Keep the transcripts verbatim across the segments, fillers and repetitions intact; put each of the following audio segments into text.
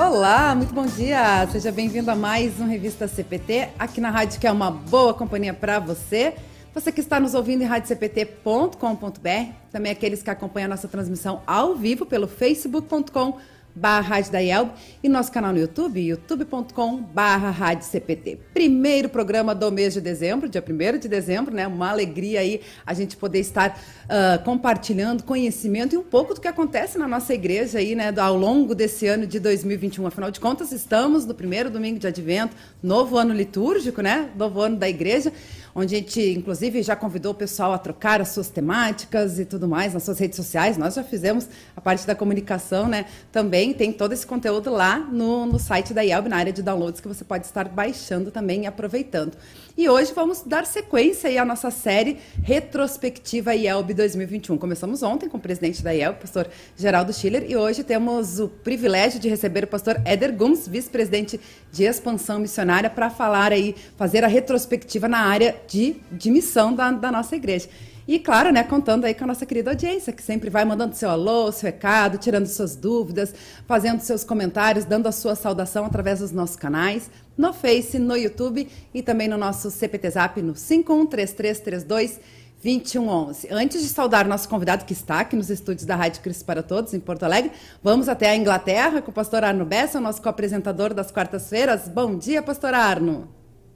Olá, muito bom dia! Seja bem-vindo a mais um Revista C P T, aqui na rádio que é uma boa companhia para você. Você que está nos ouvindo em rádio c p t ponto com ponto b r, também aqueles que acompanham a nossa transmissão ao vivo pelo facebook ponto com barra rádio da I E L B e nosso canal no YouTube, youtube ponto com barra rádio C P T. Primeiro programa do mês de dezembro, dia primeiro de dezembro, né? Uma alegria aí a gente poder estar uh, compartilhando conhecimento e um pouco do que acontece na nossa igreja aí, né? Ao longo desse ano de dois mil e vinte e um. Afinal de contas, estamos no primeiro domingo de advento, novo ano litúrgico, né? Novo ano da igreja, onde a gente, inclusive, já convidou o pessoal a trocar as suas temáticas e tudo mais nas suas redes sociais. Nós já fizemos a parte da comunicação, né? Também tem todo esse conteúdo lá no, no site da I E L B, na área de downloads, que você pode estar baixando também e aproveitando. E hoje vamos dar sequência aí à nossa série Retrospectiva I E L B dois mil e vinte e um. Começamos ontem com o presidente da I E L B, o pastor Geraldo Schiller, e hoje temos o privilégio de receber o pastor Éder Gomes, vice-presidente de expansão missionária, para falar aí, fazer a retrospectiva na área de, de missão da, da nossa igreja. E, claro, né, contando aí com a nossa querida audiência, que sempre vai mandando seu alô, seu recado, tirando suas dúvidas, fazendo seus comentários, dando a sua saudação através dos nossos canais, no Face, no YouTube e também no nosso C P T Zap no cinco um três três três dois dois um um um. Antes de saudar o nosso convidado que está aqui nos estúdios da Rádio Cristo para Todos, em Porto Alegre, vamos até a Inglaterra com o pastor Arno Bessa, o nosso co-apresentador das quartas-feiras. Bom dia, pastor Arno.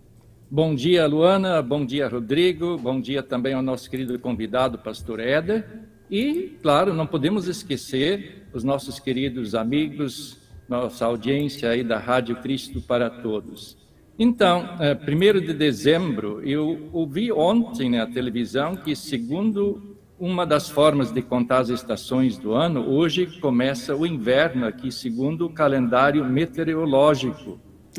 Bom dia, Luana. Bom dia, Rodrigo. Bom dia também ao nosso querido convidado, pastor Éder. E, claro, não podemos esquecer os nossos queridos amigos, nossa audiência aí da Rádio Cristo para Todos. Então, primeiro de dezembro, eu ouvi ontem na televisão que, segundo uma das formas de contar as estações do ano, hoje começa o inverno aqui, segundo o calendário meteorológico.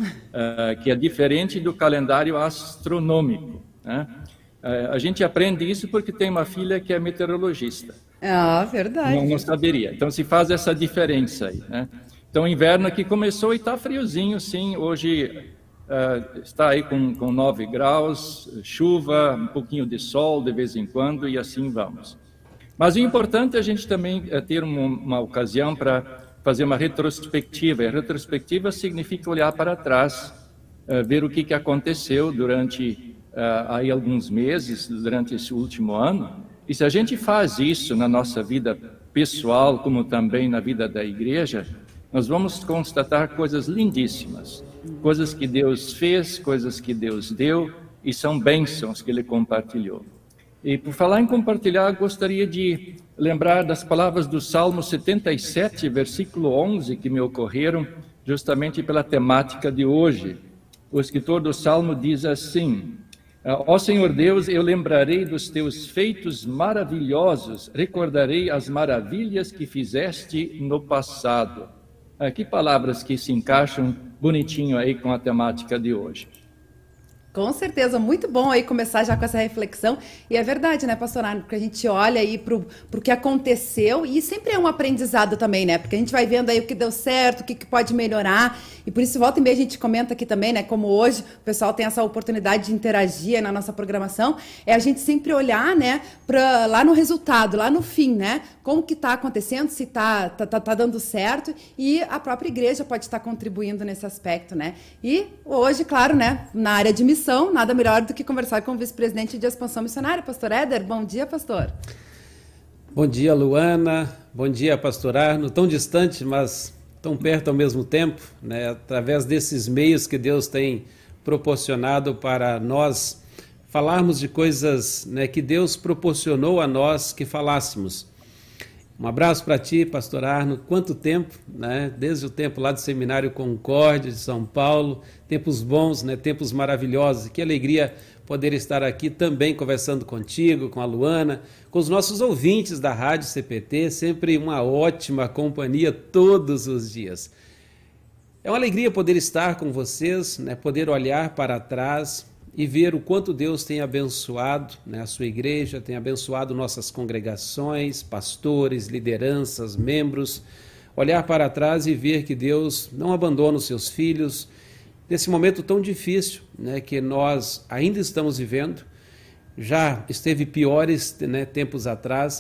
Uh, que é diferente do calendário astronômico, né? Uh, a gente aprende isso porque tem uma filha que é meteorologista. Ah, verdade. Não, não saberia. Então se faz essa diferença aí, né? Então o inverno aqui começou e está friozinho, sim. Hoje uh, está aí com, com nove graus, chuva, um pouquinho de sol de vez em quando e assim vamos. Mas o importante é a gente também uh, ter uma, uma ocasião para fazer uma retrospectiva. E a retrospectiva significa olhar para trás, uh, ver o que, que aconteceu durante uh, aí alguns meses, durante esse último ano. E se a gente faz isso na nossa vida pessoal, como também na vida da igreja, nós vamos constatar coisas lindíssimas, coisas que Deus fez, coisas que Deus deu, e são bênçãos que Ele compartilhou. E por falar em compartilhar, gostaria de lembrar das palavras do Salmo setenta e sete, versículo onze, que me ocorreram justamente pela temática de hoje. O escritor do Salmo diz assim: ó Senhor Deus, eu lembrarei dos teus feitos maravilhosos, recordarei as maravilhas que fizeste no passado. Ah, que palavras que se encaixam bonitinho aí com a temática de hoje. Com certeza, muito bom aí começar já com essa reflexão. E é verdade, né, pastor Arno? Porque a gente olha aí para o que aconteceu e sempre é um aprendizado também, né? Porque a gente vai vendo aí o que deu certo, o que, que pode melhorar. E por isso, volta e meia, a gente comenta aqui também, né? Como hoje o pessoal tem essa oportunidade de interagir na nossa programação, é a gente sempre olhar, né, pra, lá no resultado, lá no fim, né? Como que está acontecendo, se está tá, tá, tá dando certo, e a própria igreja pode estar contribuindo nesse aspecto, né? E hoje, claro, né, na área de missão, nada melhor do que conversar com o vice-presidente de expansão missionária, pastor Éder. Bom dia, pastor. Bom dia, Luana. Bom dia, pastor Arno. Tão distante, mas tão perto ao mesmo tempo, né? Através desses meios que Deus tem proporcionado para nós falarmos de coisas, né, que Deus proporcionou a nós que falássemos. Um abraço para ti, pastor Arno. Quanto tempo, né? Desde o tempo lá do Seminário Concórdia de São Paulo, tempos bons, né? Tempos maravilhosos. Que alegria poder estar aqui também conversando contigo, com a Luana, com os nossos ouvintes da Rádio C P T, sempre uma ótima companhia todos os dias. É uma alegria poder estar com vocês, né? Poder olhar para trás e ver o quanto Deus tem abençoado, né, a sua igreja, tem abençoado nossas congregações, pastores, lideranças, membros. Olhar para trás e ver que Deus não abandona os seus filhos nesse momento tão difícil, né, que nós ainda estamos vivendo. Já esteve piores, né, tempos atrás,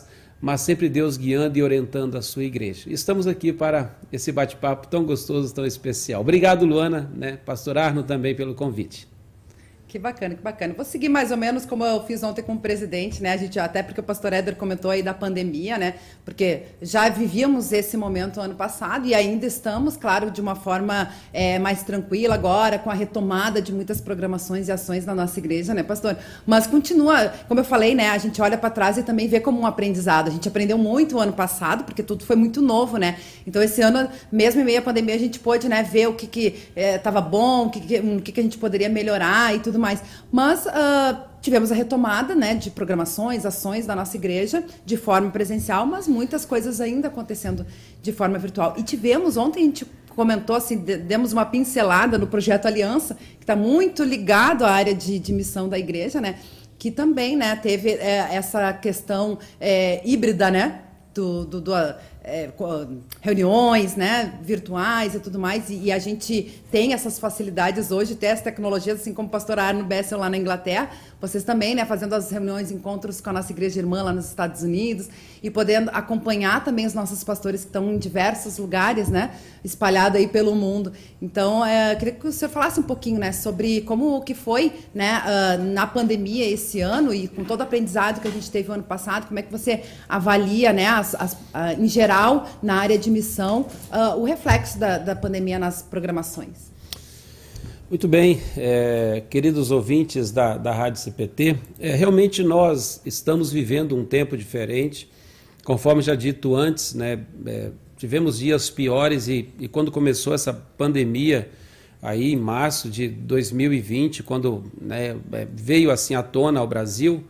mas sempre Deus guiando e orientando a sua igreja. Estamos aqui para esse bate-papo tão gostoso, tão especial. Obrigado, Luana, né? Pastor Arno também pelo convite. Que bacana, que bacana. Vou seguir mais ou menos como eu fiz ontem com o presidente, né? A gente, até porque o pastor Éder comentou aí da pandemia, né? Porque já vivíamos esse momento ano passado e ainda estamos, claro, de uma forma é, mais tranquila agora, com a retomada de muitas programações e ações na nossa igreja, né, pastor? Mas continua, como eu falei, né? A gente olha para trás e também vê como um aprendizado. A gente aprendeu muito o ano passado, porque tudo foi muito novo, né? Então, esse ano, mesmo em meio à pandemia, a gente pôde, né, ver o que que estava bom, o que que, o que que a gente poderia melhorar e tudo mais. Mais. Mas uh, tivemos a retomada, né, de programações, ações da nossa igreja de forma presencial, mas muitas coisas ainda acontecendo de forma virtual. E tivemos, ontem a gente comentou, assim, demos uma pincelada no projeto Aliança, que está muito ligado à área de, de missão da igreja, né, que também, né, teve é, essa questão é, híbrida, né, do... do, do É, reuniões, né, virtuais e tudo mais, e, e a gente tem essas facilidades hoje, tem as tecnologias, assim como o pastor Arno Bessel lá na Inglaterra, vocês também, né, fazendo as reuniões, encontros com a nossa igreja irmã lá nos Estados Unidos, e podendo acompanhar também os nossos pastores que estão em diversos lugares, né, espalhados aí pelo mundo. Então, é, eu queria que o senhor falasse um pouquinho, né, sobre como que foi, né, uh, na pandemia esse ano, e com todo o aprendizado que a gente teve no ano passado, como é que você avalia, né, as, as, uh, em geral, na área de missão, uh, o reflexo da, da pandemia nas programações. Muito bem, é, queridos ouvintes da, da Rádio C P T, é, realmente nós estamos vivendo um tempo diferente, conforme já dito antes, né, é, tivemos dias piores e, e quando começou essa pandemia, aí em março de dois mil e vinte, quando, né, veio assim à tona ao Brasil,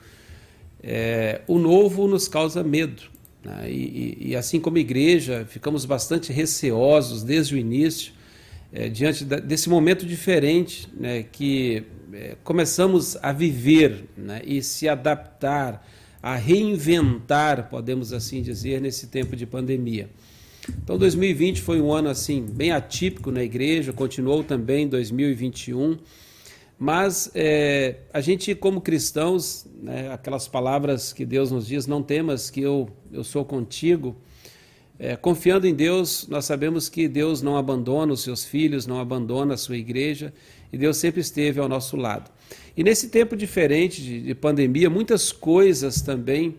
é, o novo nos causa medo. E, e, e assim como igreja, ficamos bastante receosos desde o início, é, diante da, desse momento diferente, né, que é, começamos a viver, né, e se adaptar, a reinventar, podemos assim dizer, nesse tempo de pandemia. Então, dois mil e vinte foi um ano assim bem atípico na igreja, continuou também em dois mil e vinte e um, mas é, a gente, como cristãos, né, aquelas palavras que Deus nos diz, não temas que eu, eu sou contigo, é, confiando em Deus, nós sabemos que Deus não abandona os seus filhos, não abandona a sua igreja, e Deus sempre esteve ao nosso lado. E nesse tempo diferente de, de pandemia, muitas coisas também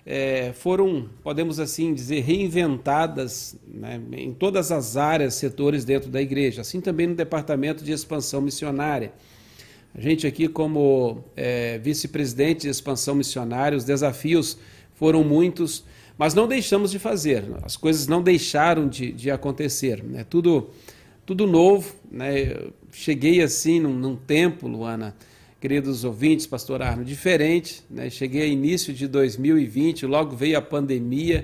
é, foram, podemos assim dizer, reinventadas, né, em todas as áreas, setores dentro da igreja, assim também no departamento de expansão missionária. A gente aqui, como é, vice-presidente de expansão missionária, os desafios foram muitos, mas não deixamos de fazer, as coisas não deixaram de, de acontecer, né? Tudo, tudo novo, né? Eu cheguei assim num, num tempo, Luana, queridos ouvintes, pastor Arno, diferente, né? Cheguei a início de dois mil e vinte, logo veio a pandemia,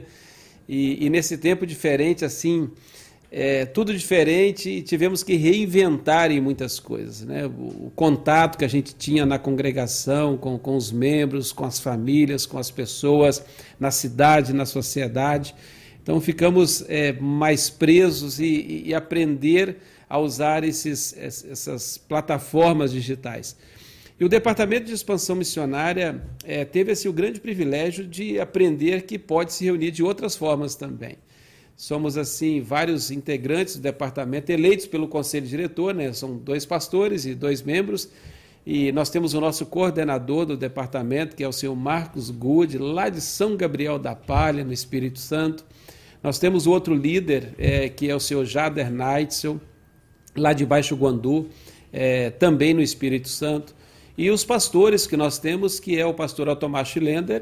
e, e nesse tempo diferente, assim, É, tudo diferente, e tivemos que reinventar em muitas coisas, né? O, o contato que a gente tinha na congregação, com, com os membros, com as famílias, com as pessoas, na cidade, na sociedade. Então ficamos é, mais presos e, e aprender a usar esses, essas plataformas digitais. E o Departamento de Expansão Missionária é, teve assim, o grande privilégio de aprender que pode se reunir de outras formas também. Somos, assim, vários integrantes do departamento, eleitos pelo conselho diretor, né? São dois pastores e dois membros, e nós temos o nosso coordenador do departamento, que é o senhor Marcos Good, lá de São Gabriel da Palha, no Espírito Santo. Nós temos o outro líder, é, que é o senhor Jader Neitzel, lá de Baixo Guandu, é, também no Espírito Santo. E os pastores que nós temos, que é o pastor Tomás Schilender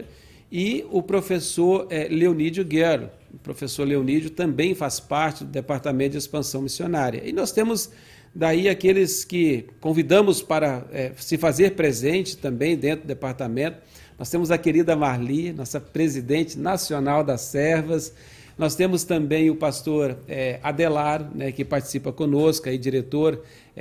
e o professor é, Leonídio Guerra. O professor Leonídio também faz parte do Departamento de Expansão Missionária. E nós temos daí aqueles que convidamos para é, se fazer presente também dentro do departamento. Nós temos a querida Marli, nossa presidente nacional das servas. Nós temos também o pastor é, Adelar, né, que participa conosco, aí, diretor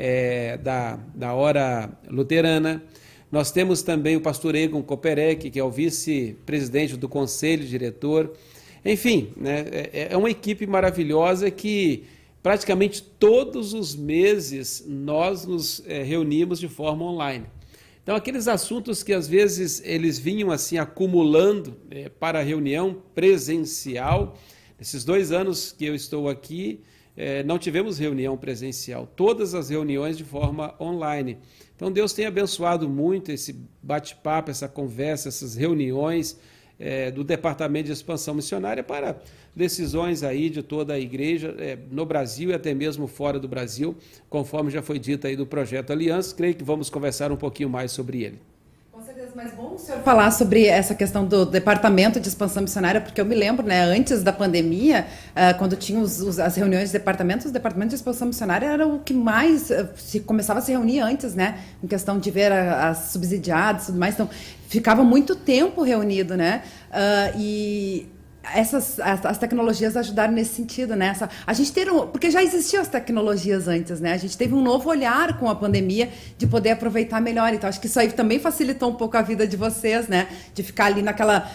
é, da, da Hora Luterana. Nós temos também o pastor Egon Koperek, que é o vice-presidente do conselho diretor. Enfim, né, é, é uma equipe maravilhosa que praticamente todos os meses nós nos é, reunimos de forma online. Então, aqueles assuntos que às vezes eles vinham assim acumulando é, para a reunião presencial, nesses dois anos que eu estou aqui, é, não tivemos reunião presencial, todas as reuniões de forma online. Então, Deus tem abençoado muito esse bate-papo, essa conversa, essas reuniões é, do Departamento de Expansão Missionária para decisões aí de toda a igreja é, no Brasil e até mesmo fora do Brasil, conforme já foi dito aí do Projeto Aliança. Creio que vamos conversar um pouquinho mais sobre ele. Com certeza, mas bom o senhor falar sobre essa questão do Departamento de Expansão Missionária, porque eu me lembro, né, antes da pandemia, uh, quando tinha os, os, as reuniões de departamentos, o Departamento de Expansão Missionária era o que mais uh, se começava a se reunir antes, né, em questão de ver a, as subsidiadas e tudo mais, então ficava muito tempo reunido, né, uh, e essas as, as tecnologias ajudaram nesse sentido, né? Essa, a gente ter um, porque já existiam as tecnologias antes, né? A gente teve um novo olhar com a pandemia de poder aproveitar melhor. Então, acho que isso aí também facilitou um pouco a vida de vocês, né? De ficar ali naquela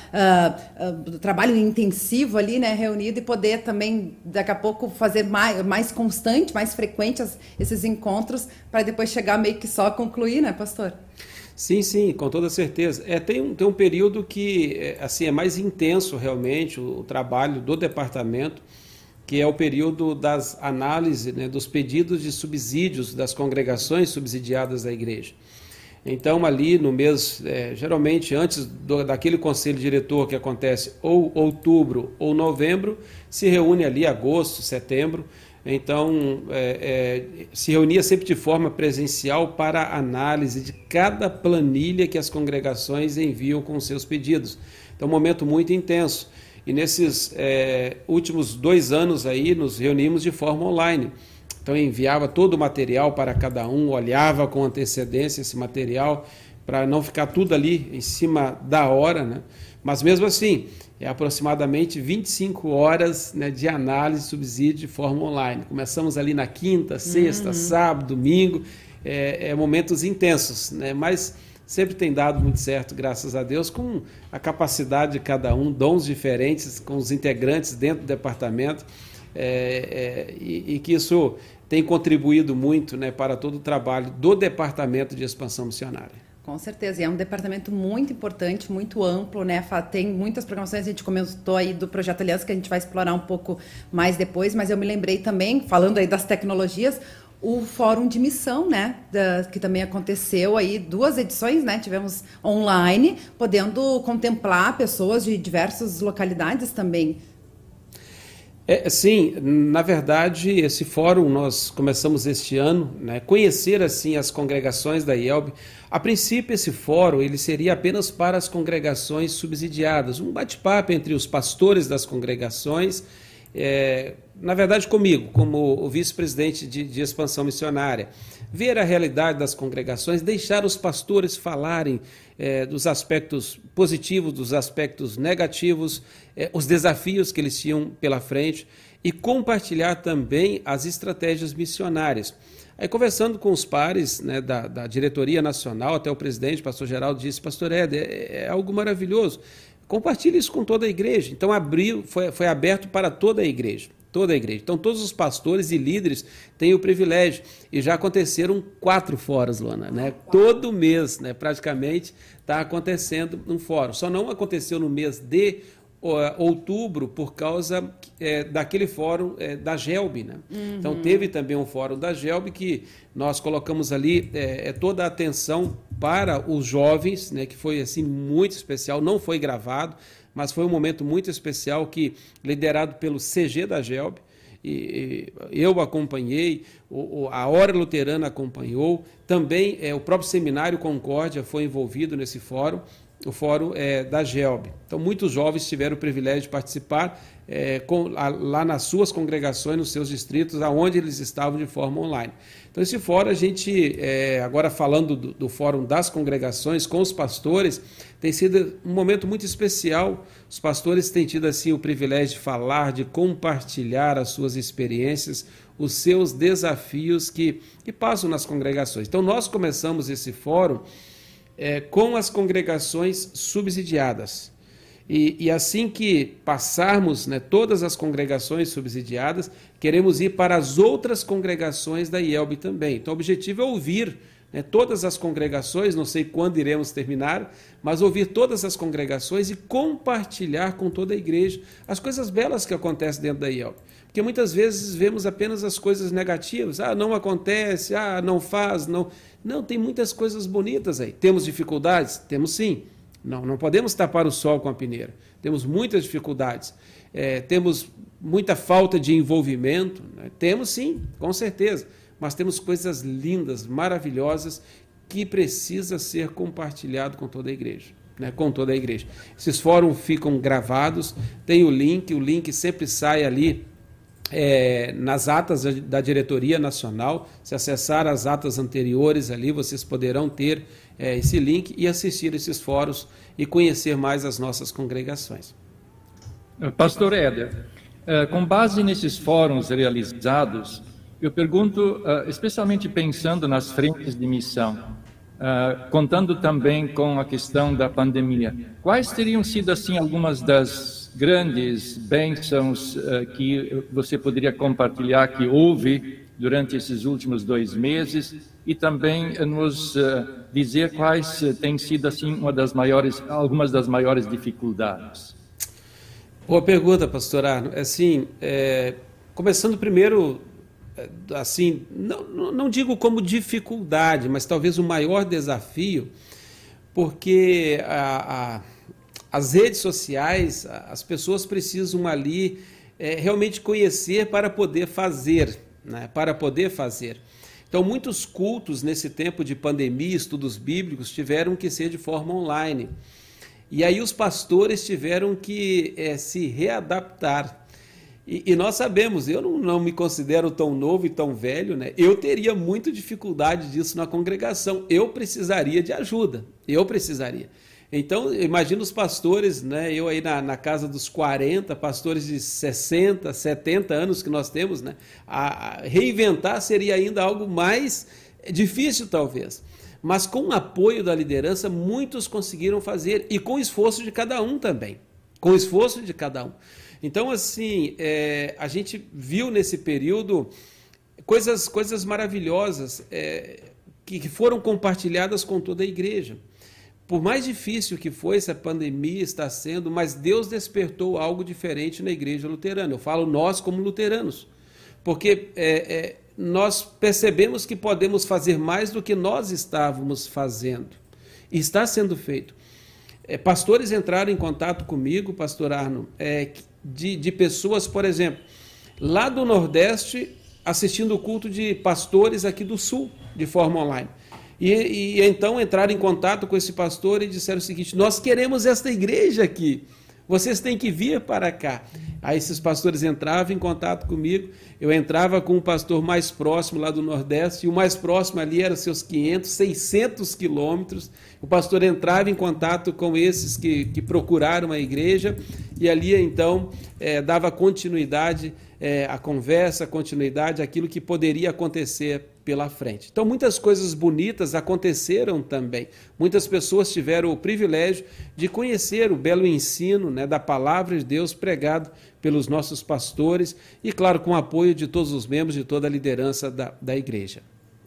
uh, uh, trabalho intensivo ali, né? Reunido e poder também, daqui a pouco, fazer mais, mais constante, mais frequente as, esses encontros para depois chegar meio que só a concluir, né, pastor? Sim, sim, com toda certeza. É, tem, um, tem um período que é, assim, é mais intenso realmente o, o trabalho do departamento, que é o período das análises, né, dos pedidos de subsídios das congregações subsidiadas da igreja. Então, ali no mês, é, geralmente antes do, daquele conselho diretor que acontece ou outubro ou novembro, se reúne ali agosto, setembro. Então, é, é, se reunia sempre de forma presencial para análise de cada planilha que as congregações enviam com seus pedidos. Então, um momento muito intenso. E nesses é, últimos dois anos aí, nos reunimos de forma online. Então, enviava todo o material para cada um, olhava com antecedência esse material, para não ficar tudo ali em cima da hora, né? Mas mesmo assim, é aproximadamente vinte e cinco horas, né, de análise de subsídio de forma online. Começamos ali na quinta, sexta, uhum. sábado, domingo, é, é momentos intensos, né? Mas sempre tem dado muito certo, graças a Deus, com a capacidade de cada um, dons diferentes, com os integrantes dentro do departamento, é, é, e, e que isso tem contribuído muito, né, para todo o trabalho do Departamento de Expansão Missionária. Com certeza, e é um departamento muito importante, muito amplo, né? Tem muitas programações, a gente comentou aí do Projeto Aliança, que a gente vai explorar um pouco mais depois, mas eu me lembrei também, falando aí das tecnologias, o Fórum de Missão, né? Da, que também aconteceu aí, duas edições, né? Tivemos online, podendo contemplar pessoas de diversas localidades também. É, sim, na verdade, esse fórum nós começamos este ano, né, conhecer assim as congregações da I E L B. A princípio, esse fórum ele seria apenas para as congregações subsidiadas, um bate-papo entre os pastores das congregações, é, na verdade comigo, como o vice-presidente de, de expansão missionária, ver a realidade das congregações, deixar os pastores falarem é, dos aspectos positivos, dos aspectos negativos, é, os desafios que eles tinham pela frente e compartilhar também as estratégias missionárias. Aí, conversando com os pares, né, da, da diretoria nacional, até o presidente, pastor Geraldo, disse: pastor Ed, é, é algo maravilhoso, compartilhe isso com toda a igreja. Então, abriu, foi, foi aberto para toda a igreja. Toda a igreja. Então, todos os pastores e líderes têm o privilégio. E já aconteceram quatro fóruns, Luana, né? Todo mês, né, praticamente, está acontecendo um fórum. Só não aconteceu no mês de uh, outubro por causa é, daquele fórum é, da G E L B, né? Uhum. Então, teve também um fórum da G E L B que nós colocamos ali é, é, toda a atenção para os jovens, né, que foi assim muito especial, não foi gravado, mas foi um momento muito especial que, liderado pelo C G da G E L B, e, e eu acompanhei, o, o, a Hora Luterana acompanhou, também é, o próprio Seminário Concórdia foi envolvido nesse fórum, o fórum é, da G E L B. Então, muitos jovens tiveram o privilégio de participar é, com, a, lá nas suas congregações, nos seus distritos, aonde eles estavam de forma online. Então, esse fórum, a gente, é, agora falando do, do fórum das congregações, com os pastores, tem sido um momento muito especial. Os pastores têm tido assim o privilégio de falar, de compartilhar as suas experiências, os seus desafios que, que passam nas congregações. Então, nós começamos esse fórum é, com as congregações subsidiadas. E, e assim que passarmos, né, todas as congregações subsidiadas, queremos ir para as outras congregações da I E L B também. Então, o objetivo é ouvir né, todas as congregações, não sei quando iremos terminar, mas ouvir todas as congregações e compartilhar com toda a igreja as coisas belas que acontecem dentro da I E L B. Porque muitas vezes vemos apenas as coisas negativas, ah, não acontece, ah, não faz, não... Não, tem muitas coisas bonitas aí. Temos dificuldades? Temos sim. Não, não podemos tapar o sol com a peneira. Temos muitas dificuldades. É, temos muita falta de envolvimento, né? Temos sim, com certeza. Mas temos coisas lindas, maravilhosas, que precisa ser compartilhado com toda a igreja. Né, com toda a igreja. Esses fóruns ficam gravados, tem o link, o link sempre sai ali é, nas atas da diretoria nacional. Se acessar as atas anteriores ali, vocês poderão ter é, esse link e assistir esses fóruns e conhecer mais as nossas congregações. Pastor Éder, com base nesses fóruns realizados, eu pergunto, especialmente pensando nas frentes de missão, contando também com a questão da pandemia, quais teriam sido assim algumas das grandes bênçãos que você poderia compartilhar que houve durante esses últimos dois meses e também nos dizer quais têm sido assim uma das maiores, algumas das maiores dificuldades? Boa pergunta, pastor Arno. Assim, é, começando primeiro, assim, não, não digo como dificuldade, mas talvez o maior desafio, porque a, a, as redes sociais, as pessoas precisam ali é, realmente conhecer para poder fazer, né? Para poder fazer. Então, muitos cultos nesse tempo de pandemia, estudos bíblicos, tiveram que ser de forma online. E aí os pastores tiveram que é, se readaptar. E, e nós sabemos, eu não, não me considero tão novo e tão velho, né? Eu teria muita dificuldade disso na congregação. Eu precisaria de ajuda, eu precisaria. Então, imagina os pastores, né? Eu aí na, na casa dos quarenta, pastores de sessenta, setenta anos que nós temos, né? A, a reinventar seria ainda algo mais difícil, talvez. Mas com o apoio da liderança, muitos conseguiram fazer, e com o esforço de cada um também, com o esforço de cada um. Então, assim, é, a gente viu nesse período coisas, coisas maravilhosas é, que, que foram compartilhadas com toda a igreja. Por mais difícil que foi essa pandemia está sendo, mas Deus despertou algo diferente na igreja luterana. Eu falo nós como luteranos, porque... É, é, nós percebemos que podemos fazer mais do que nós estávamos fazendo. E está sendo feito. É, pastores entraram em contato comigo, pastor Arno, é, de, de pessoas, por exemplo, lá do Nordeste, assistindo o culto de pastores aqui do Sul, de forma online. E, e então entraram em contato com esse pastor e disseram o seguinte: nós queremos esta igreja aqui. Vocês têm que vir para cá. Aí esses pastores entravam em contato comigo, eu entrava com um pastor mais próximo lá do Nordeste, e o mais próximo ali era seus quinhentos, seiscentos quilômetros. O pastor entrava em contato com esses que, que procuraram a igreja, e ali então é, dava continuidade é, à conversa, continuidade àquilo que poderia acontecer pela frente. Então muitas coisas bonitas aconteceram também. Muitas pessoas tiveram o privilégio de conhecer o belo ensino, né, da palavra de Deus pregado pelos nossos pastores e, claro, com o apoio de todos os membros de toda a liderança da, da igreja.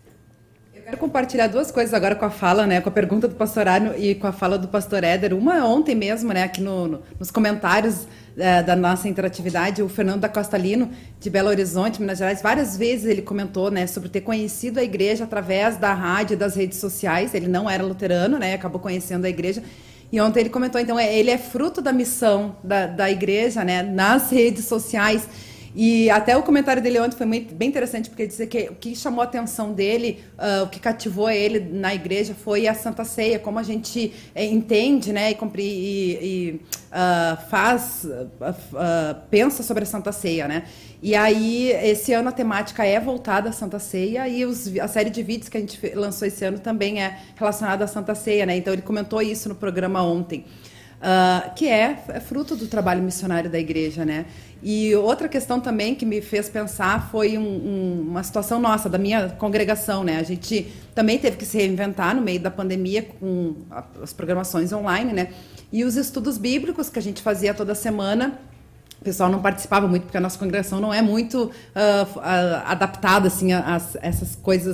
Eu quero compartilhar duas coisas agora com a fala, né, com a pergunta do pastor Arno e com a fala do pastor Éder. Uma ontem mesmo, né, aqui no, no, nos comentários é, da nossa interatividade, o Fernando da Costa Lino, de Belo Horizonte, Minas Gerais, várias vezes ele comentou, né, sobre ter conhecido a igreja através da rádio e das redes sociais. Ele não era luterano, né, acabou conhecendo a igreja. E ontem ele comentou, então, ele é fruto da missão da, da igreja, né, nas redes sociais. E até o comentário dele ontem foi muito, bem interessante, porque ele disse que o que chamou a atenção dele, uh, o que cativou ele na igreja foi a Santa Ceia, como a gente é, entende, né, e, e, e uh, faz, uh, uh, pensa sobre a Santa Ceia, né? E aí, esse ano a temática é voltada à Santa Ceia, e os, a série de vídeos que a gente lançou esse ano também é relacionada à Santa Ceia, né? Então ele comentou isso no programa ontem. Uh, que é, é fruto do trabalho missionário da igreja, né? E outra questão também que me fez pensar foi um, um, uma situação nossa, da minha congregação, né? A gente também teve que se reinventar no meio da pandemia com a, as programações online, né? E os estudos bíblicos que a gente fazia toda semana, o pessoal não participava muito, porque a nossa congregação não é muito uh, uh, adaptada assim, a, a essas coisas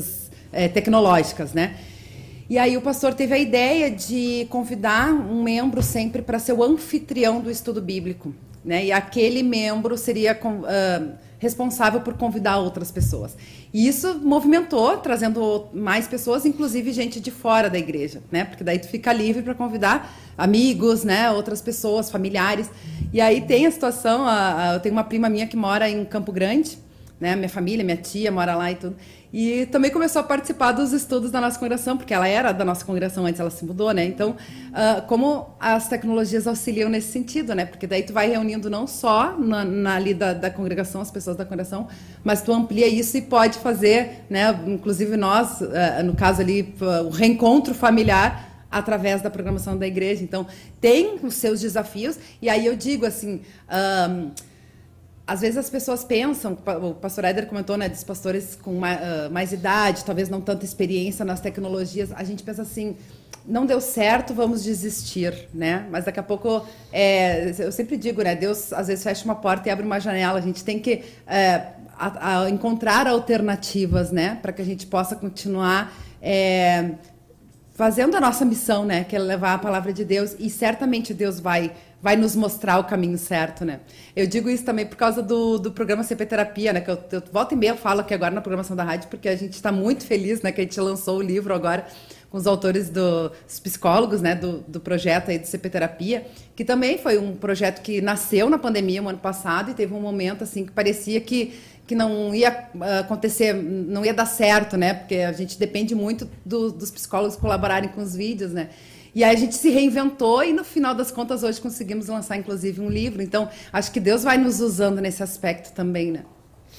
é, tecnológicas, né? E aí o pastor teve a ideia de convidar um membro sempre para ser o anfitrião do estudo bíblico, né? E aquele membro seria uh, responsável por convidar outras pessoas. E isso movimentou, trazendo mais pessoas, inclusive gente de fora da igreja, né? Porque daí tu fica livre para convidar amigos, né? Outras pessoas, familiares. E aí tem a situação, a, a, eu tenho uma prima minha que mora em Campo Grande, né? Minha família, minha tia mora lá e tudo. E também começou a participar dos estudos da nossa congregação, porque ela era da nossa congregação antes, ela se mudou, né? Então, uh, como as tecnologias auxiliam nesse sentido, né? Porque daí tu vai reunindo não só na, na ali da, da congregação, as pessoas da congregação, mas tu amplia isso e pode fazer, né? Inclusive nós, uh, no caso ali, uh, o reencontro familiar através da programação da igreja. Então, tem os seus desafios. E aí eu digo assim... Um, Às vezes as pessoas pensam, o pastor Éder comentou, né, dos pastores com mais, uh, mais idade, talvez não tanta experiência nas tecnologias, a gente pensa assim, não deu certo, vamos desistir, né? Mas daqui a pouco, é, eu sempre digo, né, Deus às vezes fecha uma porta e abre uma janela, a gente tem que é, a, a encontrar alternativas, né, para que a gente possa continuar é, fazendo a nossa missão, né, que é levar a palavra de Deus, e certamente Deus vai... vai nos mostrar o caminho certo, né? Eu digo isso também por causa do, do programa C P Terapia, né? Que eu, eu volta e meia eu falo aqui agora na programação da rádio, porque a gente está muito feliz, né? Que a gente lançou o livro agora com os autores do, dos psicólogos, né? Do, do projeto aí do C P Terapia, que também foi um projeto que nasceu na pandemia, no ano passado, e teve um momento, assim, que parecia que, que não ia acontecer, não ia dar certo, né? Porque a gente depende muito do, dos psicólogos colaborarem com os vídeos, né? E aí a gente se reinventou e, no final das contas, hoje conseguimos lançar, inclusive, um livro. Então, acho que Deus vai nos usando nesse aspecto também, né?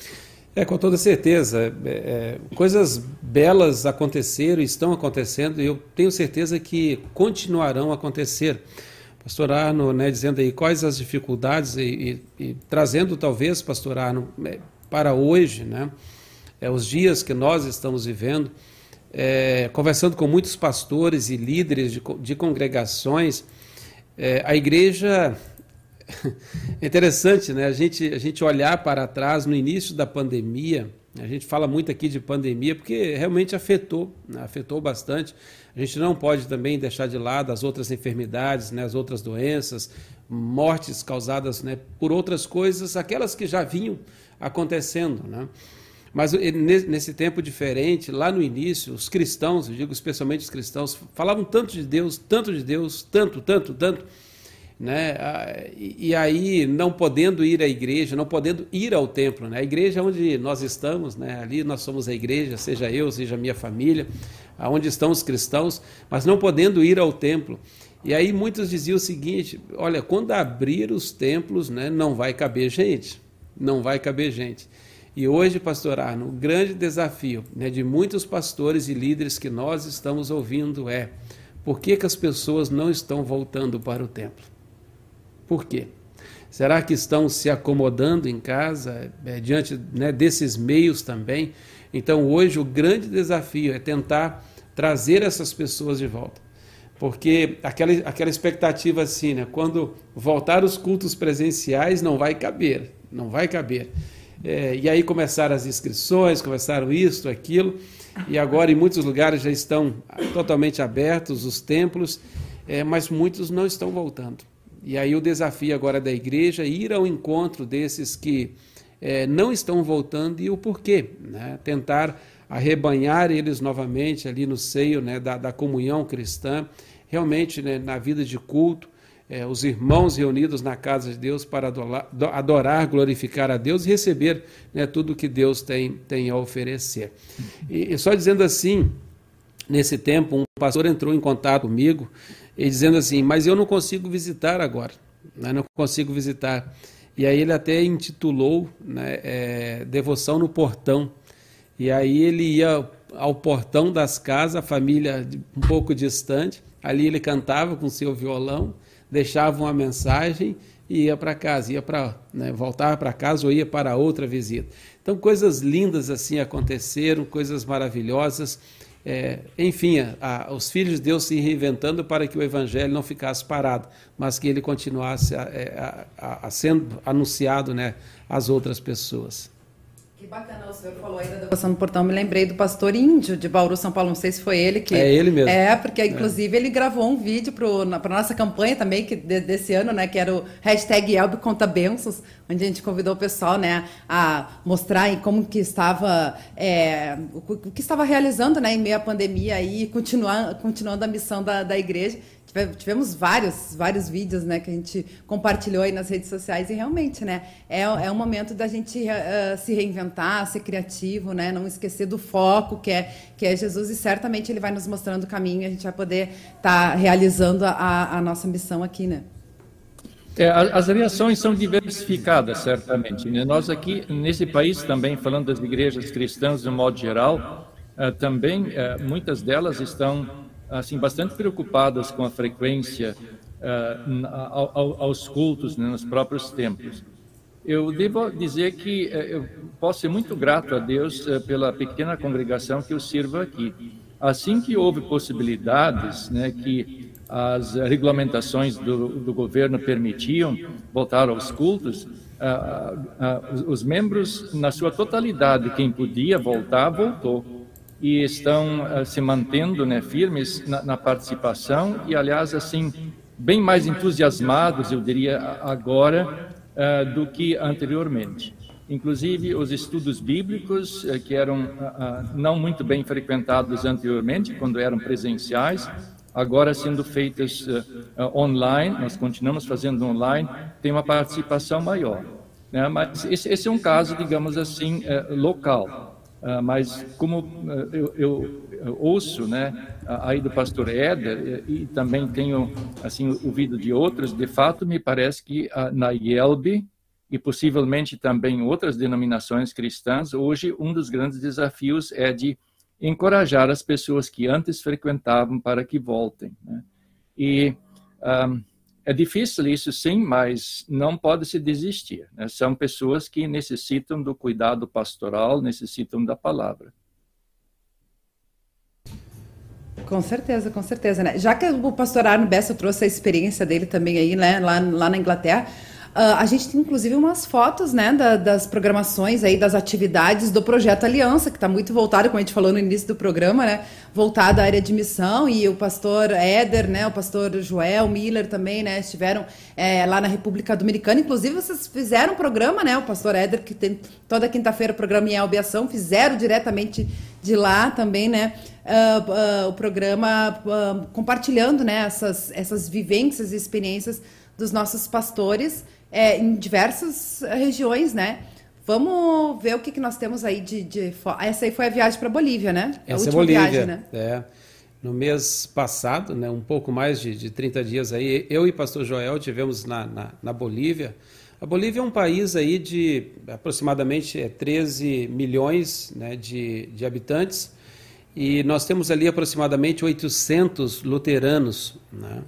É, com toda certeza. É, é, coisas belas aconteceram e estão acontecendo, e eu tenho certeza que continuarão a acontecer. Pastor Arno, né, dizendo aí quais as dificuldades e, e, e trazendo, talvez, Pastor Arno, para hoje, né, é, os dias que nós estamos vivendo, É, conversando com muitos pastores e líderes de, de congregações, é, a igreja, é interessante, né? A gente, a gente olhar para trás no início da pandemia, a gente fala muito aqui de pandemia porque realmente afetou, né? Afetou bastante. A gente não pode também deixar de lado as outras enfermidades, né? As outras doenças, mortes causadas, né, por outras coisas, aquelas que já vinham acontecendo, né? Mas nesse tempo diferente, lá no início, os cristãos, eu digo especialmente os cristãos, falavam tanto de Deus, tanto de Deus, tanto, tanto, tanto, né? E aí, não podendo ir à igreja, não podendo ir ao templo, né? A igreja onde nós estamos, né? Ali nós somos a igreja, seja eu, seja a minha família, onde estão os cristãos, mas não podendo ir ao templo. E aí muitos diziam o seguinte, olha, quando abrir os templos, né, não vai caber gente, não vai caber gente. E hoje, pastor Arno, o grande desafio, né, de muitos pastores e líderes que nós estamos ouvindo é: por que que as pessoas não estão voltando para o templo? Por quê? Será que estão se acomodando em casa, é, diante, né, desses meios também? Então, hoje, o grande desafio é tentar trazer essas pessoas de volta. Porque aquela, aquela expectativa assim, né, quando voltar os cultos presenciais, não vai caber, não vai caber. É, e aí começaram as inscrições, começaram isto, aquilo, e agora em muitos lugares já estão totalmente abertos os templos, é, mas muitos não estão voltando. E aí o desafio agora da igreja é ir ao encontro desses que é, não estão voltando, e o porquê, né? Tentar arrebanhar eles novamente ali no seio, né, da, da comunhão cristã, realmente, né, na vida de culto, É, os irmãos reunidos na casa de Deus para adorar, adorar, glorificar a Deus e receber, né, tudo que Deus tem, tem a oferecer. E, e só dizendo assim, nesse tempo, um pastor entrou em contato comigo e dizendo assim, mas eu não consigo visitar agora, né, não consigo visitar. E aí ele até intitulou, né, é, Devoção no Portão. E aí ele ia ao portão das casas, a família um pouco distante, ali ele cantava com seu violão, deixava uma mensagem e ia para casa, ia para, né, voltava para casa ou ia para outra visita. Então, coisas lindas assim aconteceram, coisas maravilhosas. É, enfim, a, a, os filhos de Deus se reinventando para que o evangelho não ficasse parado, mas que ele continuasse a, a, a, a sendo anunciado, né, às outras pessoas. Que bacana, o senhor falou aí da devoção no portão, me lembrei do pastor Índio de Bauru, São Paulo, não sei se foi ele que... É ele mesmo. É, porque inclusive é. ele gravou um vídeo para a nossa campanha também, que, de, desse ano, né, que era o hashtag Elbe Conta Bênçãos, onde a gente convidou o pessoal, né, a mostrar aí como que estava, é, o, o que estava realizando, né, em meio à pandemia e continuar, continuando a missão da, da igreja. Tivemos vários, vários vídeos, né, que a gente compartilhou aí nas redes sociais e realmente, né, é, é um momento da gente uh, se reinventar, ser criativo, né, não esquecer do foco que é, que é Jesus, e certamente ele vai nos mostrando o caminho e a gente vai poder estar tá realizando a, a nossa missão aqui, né. É, as reações são diversificadas, certamente. Nós aqui, nesse país também, falando das igrejas cristãs de um modo geral, uh, também uh, muitas delas estão assim, bastante preocupadas com a frequência uh, ao, ao, aos cultos, né, nos próprios templos. Eu devo dizer que uh, eu posso ser muito grato a Deus uh, pela pequena congregação que eu sirvo aqui. Assim que houve possibilidades, né, que as regulamentações do, do governo permitiam voltar aos cultos, uh, uh, os membros, na sua totalidade, quem podia voltar, voltou. E estão uh, se mantendo, né, firmes na, na participação e, aliás, assim, bem mais entusiasmados, eu diria, agora uh, do que anteriormente. Inclusive, os estudos bíblicos, uh, que eram uh, uh, não muito bem frequentados anteriormente, quando eram presenciais, agora sendo feitos uh, uh, online, nós continuamos fazendo online, tem uma participação maior. Né? Mas esse, esse é um caso, digamos assim, uh, local. Uh, mas como uh, eu, eu, eu ouço, né, aí do pastor Éder, e, e também tenho assim ouvido de outros, de fato me parece que uh, na I E L B e possivelmente também outras denominações cristãs, hoje um dos grandes desafios é de encorajar as pessoas que antes frequentavam para que voltem, né? E um, é difícil isso, sim, mas não pode se desistir, né? São pessoas que necessitam do cuidado pastoral, necessitam da palavra. Com certeza, com certeza, né? Já que o pastor Arno Bessa trouxe a experiência dele também aí, né, lá, lá na Inglaterra, Uh, a gente tem inclusive umas fotos, né, da, das programações aí, das atividades do Projeto Aliança, que está muito voltado, como a gente falou no início do programa, né, voltado à área de missão, e o pastor Éder, né, o pastor Joel Miller também, né, estiveram é, lá na República Dominicana. Inclusive vocês fizeram um programa, né, o pastor Éder, que tem toda quinta-feira o programa em Albiação, fizeram diretamente de lá também, né, uh, uh, o programa uh, compartilhando, né, essas, essas vivências e experiências dos nossos pastores é, em diversas regiões, né? Vamos ver o que, que nós temos aí de, de... Essa aí foi a viagem para a Bolívia, né? Essa é a Bolívia, viagem, né? É. No mês passado, né, um pouco mais de, de trinta dias aí, eu e pastor Joel tivemos na, na, na Bolívia. A Bolívia é um país aí de aproximadamente é, treze milhões, né, de, de habitantes, e nós temos ali aproximadamente oitocentos luteranos, né?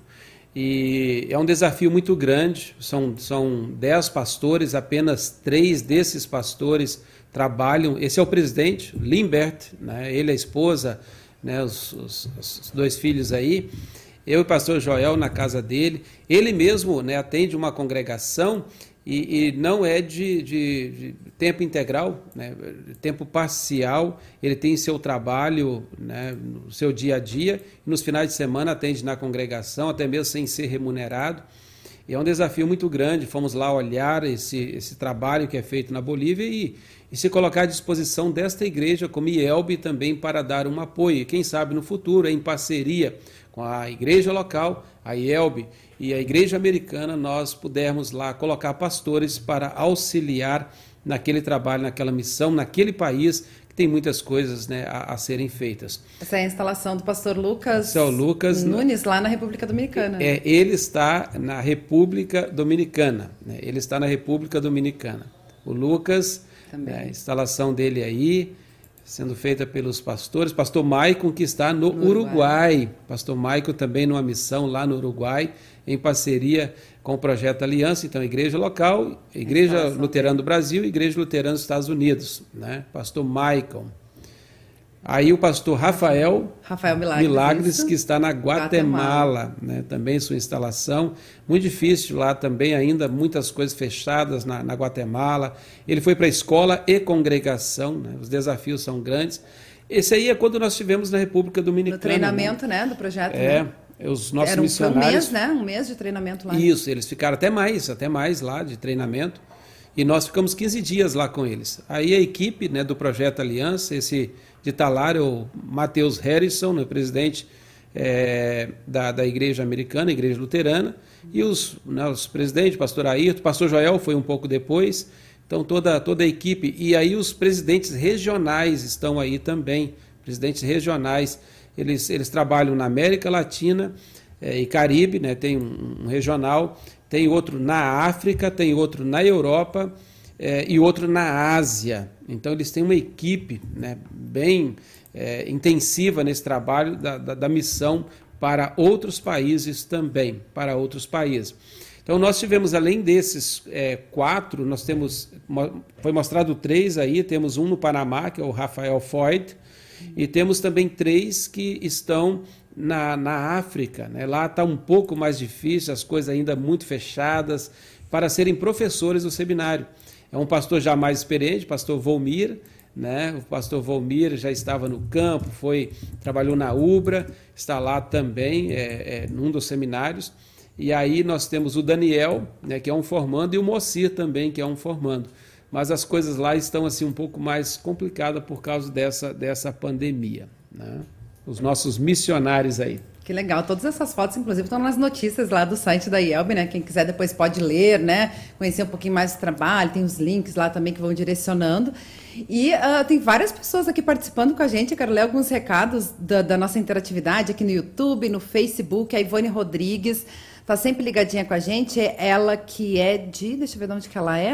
E é um desafio muito grande, são, são dez pastores, apenas três desses pastores trabalham. Esse é o presidente, Limbert, né, ele, a esposa, né, os, os, os dois filhos aí, eu e o pastor Joel na casa dele. Ele mesmo, né, atende uma congregação e, e não é de, de, de tempo integral, né, tempo parcial. Ele tem seu trabalho, né, no seu dia a dia, e nos finais de semana atende na congregação, até mesmo sem ser remunerado. E é um desafio muito grande. Fomos lá olhar esse, esse trabalho que é feito na Bolívia e, e se colocar à disposição desta igreja como I E L B também para dar um apoio. E quem sabe no futuro, em parceria com a igreja local, a I E L B e a igreja americana, nós pudermos lá colocar pastores para auxiliar naquele trabalho, naquela missão, naquele país que tem muitas coisas, né, a, a serem feitas. Essa é a instalação do pastor Lucas, é o Lucas Nunes, lá na República Dominicana. É, ele está na República Dominicana. Né, ele está na República Dominicana. O Lucas, né, a instalação dele aí, sendo feita pelos pastores. Pastor Maicon, que está no, no Uruguai. Uruguai. Pastor Maicon também numa missão lá no Uruguai, em parceria com o Projeto Aliança. Então, Igreja Local, Igreja Luterana do Brasil e Igreja Luterana dos Estados Unidos, né? Pastor Maicon. Aí o pastor Rafael, Rafael Milagres, Milagres que está na Guatemala, Guatemala. Né? Também sua instalação, muito difícil lá também ainda, muitas coisas fechadas na, na Guatemala. Ele foi para a escola e congregação, né? Os desafios são grandes. Esse aí é quando nós estivemos na República Dominicana. No treinamento, né, né do projeto. É, né? os nossos Era um, missionários... um mês, né? Um mês de treinamento lá. Isso, eles ficaram até mais, até mais lá de treinamento. E nós ficamos quinze dias lá com eles. Aí a equipe, né, do Projeto Aliança, esse de estar lá é o Matheus Harrison, né, presidente é, da, da Igreja Americana, Igreja Luterana, e os, né, os presidentes, pastor Ayrton, pastor Joel foi um pouco depois, então toda, toda a equipe. E aí os presidentes regionais estão aí também, presidentes regionais, eles, eles trabalham na América Latina é, e Caribe, né, tem um, um regional, tem outro na África, tem outro na Europa é, e outro na Ásia. Então eles têm uma equipe, né, bem é, intensiva nesse trabalho da, da, da missão para outros países também, para outros países. Então nós tivemos, além desses é, quatro, nós temos, foi mostrado três aí, temos um no Panamá, que é o Rafael Foyt, e temos também três que estão na, na África, né? Lá está um pouco mais difícil, as coisas ainda muito fechadas, para serem professores do seminário. É um pastor já mais experiente, pastor Volmir, né? O pastor Volmir já estava no campo, foi, trabalhou na Ubra, está lá também, é, é, num dos seminários. E aí nós temos o Daniel, né, que é um formando, e o Mocir também, que é um formando. Mas as coisas lá estão assim um pouco mais complicadas por causa dessa, dessa pandemia, né? Os nossos missionários aí. Que legal. Todas essas fotos, inclusive, estão nas notícias lá do site da I E L B, né? Quem quiser depois pode ler, né? Conhecer um pouquinho mais do trabalho. Tem os links lá também que vão direcionando. E uh, tem várias pessoas aqui participando com a gente. Eu quero ler alguns recados da, da nossa interatividade aqui no YouTube, no Facebook. A Ivone Rodrigues está sempre ligadinha com a gente. Ela que é de... Deixa eu ver de onde que ela é.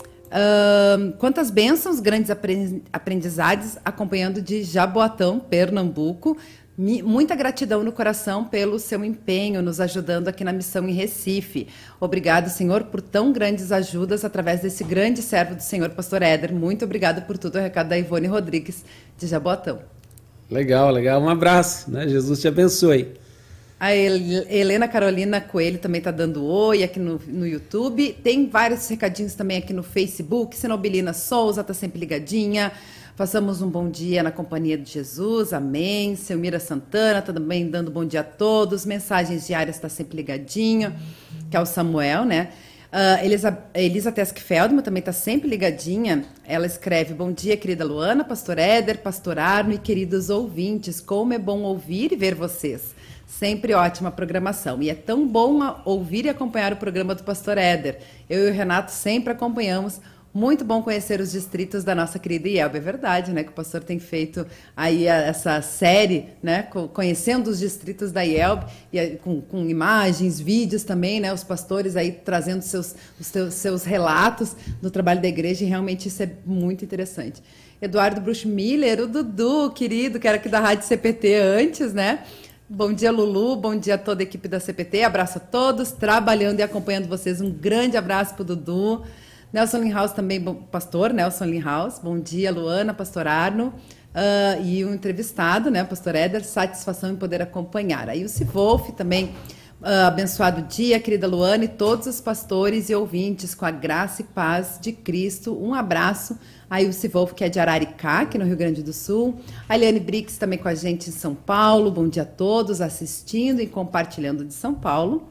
Uh, quantas bênçãos, grandes aprendizados, acompanhando de Jaboatão, Pernambuco. Muita gratidão no coração pelo seu empenho, nos ajudando aqui na missão em Recife. Obrigado, Senhor, por tão grandes ajudas através desse grande servo do Senhor, pastor Éder. Muito obrigado por tudo. O recado da Ivone Rodrigues, de Jaboatão. Legal, legal. Um abraço, né? Jesus te abençoe. A Helena Carolina Coelho também está dando oi aqui no, no YouTube. Tem vários recadinhos também aqui no Facebook. Sinobilina Souza está sempre ligadinha. Façamos um bom dia na companhia de Jesus. Amém. Selmira Santana está também dando bom dia a todos. Mensagens diárias está sempre ligadinho. Que é o Samuel, né? Uh, Elisa, Elisa Tesk Feldman também está sempre ligadinha. Ela escreve: bom dia, querida Luana, pastor Éder, pastor Arno e queridos ouvintes. Como é bom ouvir e ver vocês. Sempre ótima programação. E é tão bom ouvir e acompanhar o programa do pastor Éder. Eu e o Renato sempre acompanhamos. Muito bom conhecer os distritos da nossa querida I E L B. É verdade, né? Que o pastor tem feito aí essa série, né? Conhecendo os distritos da I E L B, e com, com imagens, vídeos também, né? Os pastores aí trazendo seus, os seus, seus relatos do trabalho da igreja, e realmente isso é muito interessante. Eduardo Bruchmiller, o Dudu, querido, que era aqui da Rádio C P T antes, né? Bom dia, Lulu. Bom dia a toda a equipe da C P T. Abraço a todos, trabalhando e acompanhando vocês. Um grande abraço para o Dudu. Nelson Linhaus também, pastor Nelson Linhaus. Bom dia, Luana, pastor Arno. Uh, e o entrevistado, né, pastor Éder. Satisfação em poder acompanhar. Aí o Sivolf também. Uh, abençoado dia, querida Luana, e todos os pastores e ouvintes, com a graça e paz de Cristo. Um abraço. Aí o Sivolf, que é de Araricá, aqui no Rio Grande do Sul. A Eliane Brix também com a gente em São Paulo. Bom dia a todos, assistindo e compartilhando de São Paulo.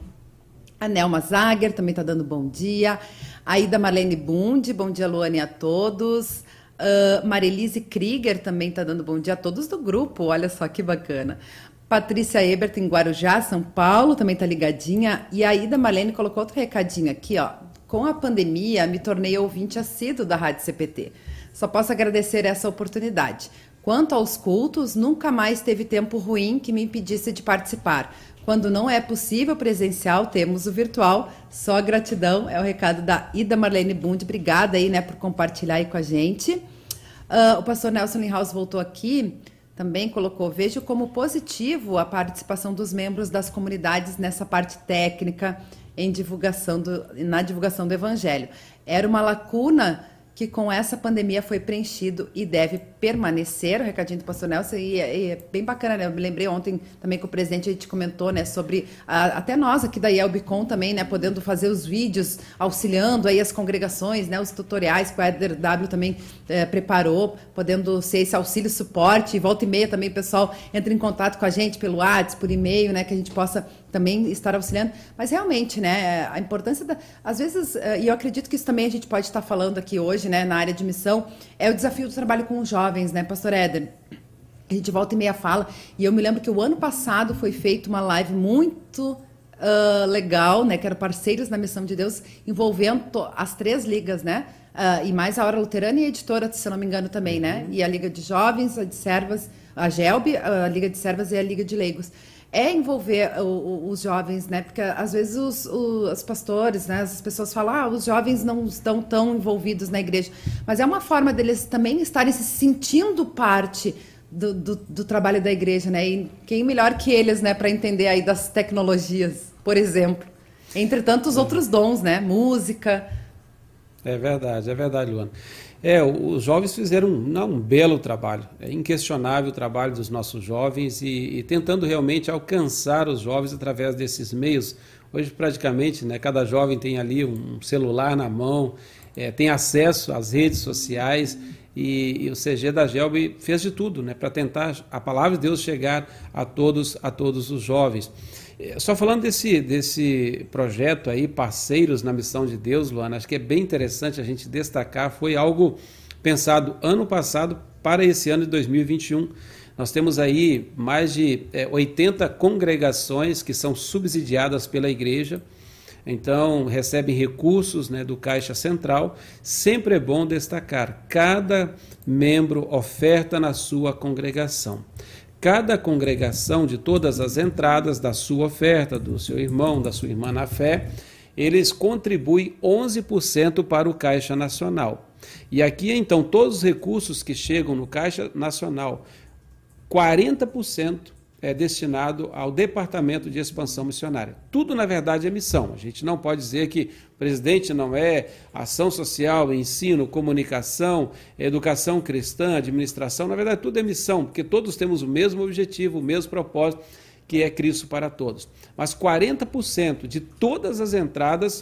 A Nelma Zager também está dando bom dia. A Ida Marlene Bund, bom dia, Luane, a todos. Uh, Marilise Krieger também está dando bom dia a todos do grupo, olha só que bacana. Patrícia Ebert, em Guarujá, São Paulo, também está ligadinha. E a Ida Marlene colocou outro recadinho aqui, ó. Com a pandemia, me tornei ouvinte assíduo da Rádio C P T. Só posso agradecer essa oportunidade. Quanto aos cultos, nunca mais teve tempo ruim que me impedisse de participar. Quando não é possível presencial, temos o virtual. Só gratidão, é o recado da Ida Marlene Bund. Obrigada aí, né, por compartilhar aí com a gente. Uh, o pastor Nelson Linhaus voltou aqui, também colocou: vejo como positivo a participação dos membros das comunidades nessa parte técnica em divulgação do, na divulgação do Evangelho. Era uma lacuna que com essa pandemia foi preenchido e deve permanecer, o recadinho do pastor Nelson, e é, e é bem bacana, né? Eu me lembrei ontem também com o presidente, a gente comentou, né, sobre, a, até nós aqui da IELBcom também, né, podendo fazer os vídeos, auxiliando aí as congregações, né, os tutoriais que o Éder W também é, preparou, podendo ser esse auxílio, suporte, e volta e meia também o pessoal entra em contato com a gente pelo WhatsApp, por e-mail, né, que a gente possa também estar auxiliando, mas realmente, né, a importância da, às vezes, e eu acredito que isso também a gente pode estar falando aqui hoje, né, na área de missão, é o desafio do trabalho com os jovens, né, pastor Éder? A gente volta e meia fala, e eu me lembro que o ano passado foi feita uma live muito uh, legal, né, que era Parceiros na Missão de Deus, envolvendo as três ligas, né, uh, e mais a Hora Luterana e a Editora, se não me engano também, né, e a Liga de Jovens, a de Servas, a GELB, a Liga de Servas e a Liga de Leigos. É envolver o, o, os jovens, né? Porque às vezes os, os, os pastores, né? As pessoas falam, ah, os jovens não estão tão envolvidos na igreja. Mas é uma forma deles também estarem se sentindo parte do, do, do trabalho da igreja, né? E quem melhor que eles, né? Para entender aí das tecnologias, por exemplo. Entre tantos é. outros dons, né? Música. É verdade, é verdade, Luana. É, os jovens fizeram um, um belo trabalho, é inquestionável o trabalho dos nossos jovens e, e tentando realmente alcançar os jovens através desses meios. Hoje praticamente, né, cada jovem tem ali um celular na mão, é, tem acesso às redes sociais e, e o C G da GELB fez de tudo, né, para tentar a palavra de Deus chegar a todos, a todos os jovens. Só falando desse, desse projeto aí, Parceiros na Missão de Deus, Luana, acho que é bem interessante a gente destacar, foi algo pensado ano passado para esse ano de dois mil e vinte e um. Nós temos aí mais de é, oitenta congregações que são subsidiadas pela igreja, então recebem recursos, né, do Caixa Central. Sempre é bom destacar, cada membro oferta na sua congregação. Cada congregação, de todas as entradas da sua oferta, do seu irmão, da sua irmã na fé, eles contribuem onze por cento para o Caixa Nacional. E aqui, então, todos os recursos que chegam no Caixa Nacional, quarenta por cento é destinado ao Departamento de Expansão Missionária. Tudo, na verdade, é missão. A gente não pode dizer que o presidente não é ação social, ensino, comunicação, educação cristã, administração. Na verdade, tudo é missão, porque todos temos o mesmo objetivo, o mesmo propósito, que é Cristo para todos. Mas quarenta por cento de todas as entradas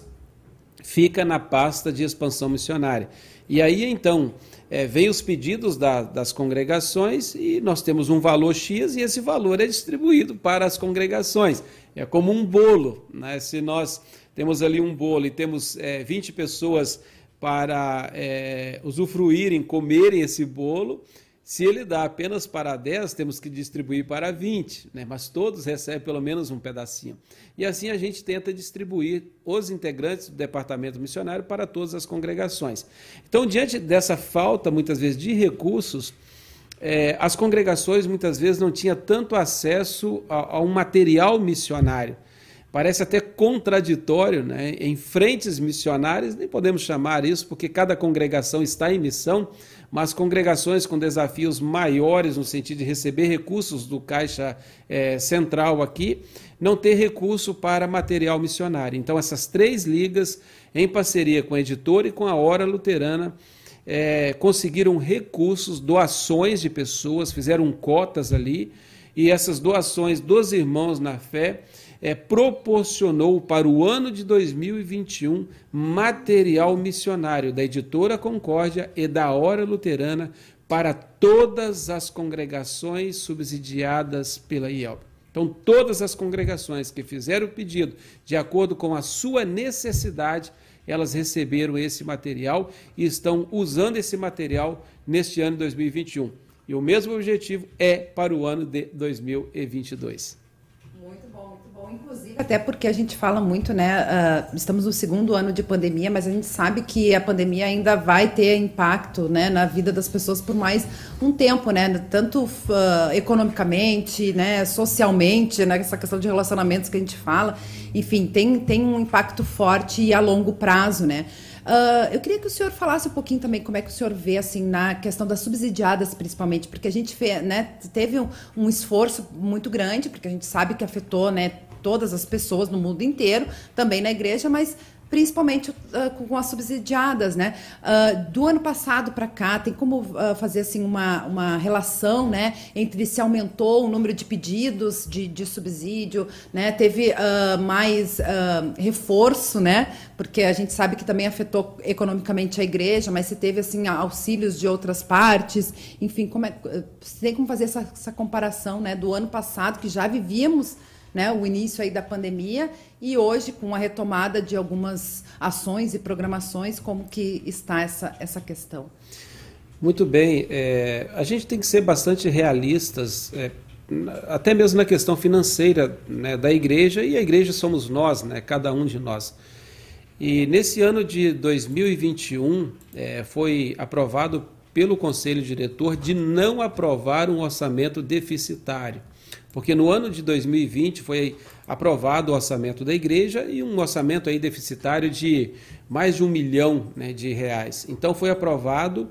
fica na pasta de expansão missionária. E aí, então, é, vem os pedidos da, das congregações e nós temos um valor X e esse valor é distribuído para as congregações. É como um bolo, né? Se nós temos ali um bolo e temos é, vinte pessoas para é, usufruírem, comerem esse bolo, se ele dá apenas para dez, temos que distribuir para vinte, né? Mas todos recebem pelo menos um pedacinho. E assim a gente tenta distribuir os integrantes do departamento missionário para todas as congregações. Então, diante dessa falta, muitas vezes, de recursos, é, as congregações, muitas vezes, não tinham tanto acesso a, a um material missionário. Parece até contraditório, né? Em frentes missionárias, nem podemos chamar isso, porque cada congregação está em missão, mas congregações com desafios maiores no sentido de receber recursos do Caixa é, Central aqui, não ter recurso para material missionário. Então, essas três ligas, em parceria com a editora e com a Hora Luterana, é, conseguiram recursos, doações de pessoas, fizeram cotas ali, e essas doações dos irmãos na fé É, proporcionou para o ano de dois mil e vinte e um material missionário da Editora Concórdia e da Hora Luterana para todas as congregações subsidiadas pela I E L B. Então, todas as congregações que fizeram o pedido de acordo com a sua necessidade, elas receberam esse material e estão usando esse material neste ano de dois mil e vinte e um. E o mesmo objetivo é para o ano de dois mil e vinte e dois. Muito bom, muito bom. Inclusive, até porque a gente fala muito, né? Uh, estamos no segundo ano de pandemia, mas a gente sabe que a pandemia ainda vai ter impacto, né, na vida das pessoas por mais um tempo, né? Tanto uh, economicamente, né, socialmente, né, essa questão de relacionamentos que a gente fala. Enfim, tem, tem um impacto forte e a longo prazo, né? Uh, eu queria que o senhor falasse um pouquinho também como é que o senhor vê assim, na questão das subsidiadas, principalmente, porque a gente fez, né, teve um, um esforço muito grande, porque a gente sabe que afetou, né, todas as pessoas no mundo inteiro, também na igreja, mas principalmente uh, com as subsidiadas, né? Uh, do ano passado para cá, tem como uh, fazer assim uma, uma relação, né, entre se aumentou o número de pedidos de, de subsídio, né? Teve uh, mais uh, reforço, né? Porque a gente sabe que também afetou economicamente a igreja, mas se teve assim auxílios de outras partes, enfim, como é, tem como fazer essa, essa comparação, né, do ano passado, que já vivíamos, né, o início aí da pandemia, e hoje com a retomada de algumas ações e programações, como que está essa, essa questão? Muito bem, é, a gente tem que ser bastante realistas, é, até mesmo na questão financeira, né, da igreja, e a igreja somos nós, né, cada um de nós. E nesse ano de dois mil e vinte e um, é, foi aprovado pelo Conselho Diretor de não aprovar um orçamento deficitário. Porque no ano de dois mil e vinte foi aprovado o orçamento da igreja e um orçamento aí deficitário de mais de um milhão, né, de reais. Então foi aprovado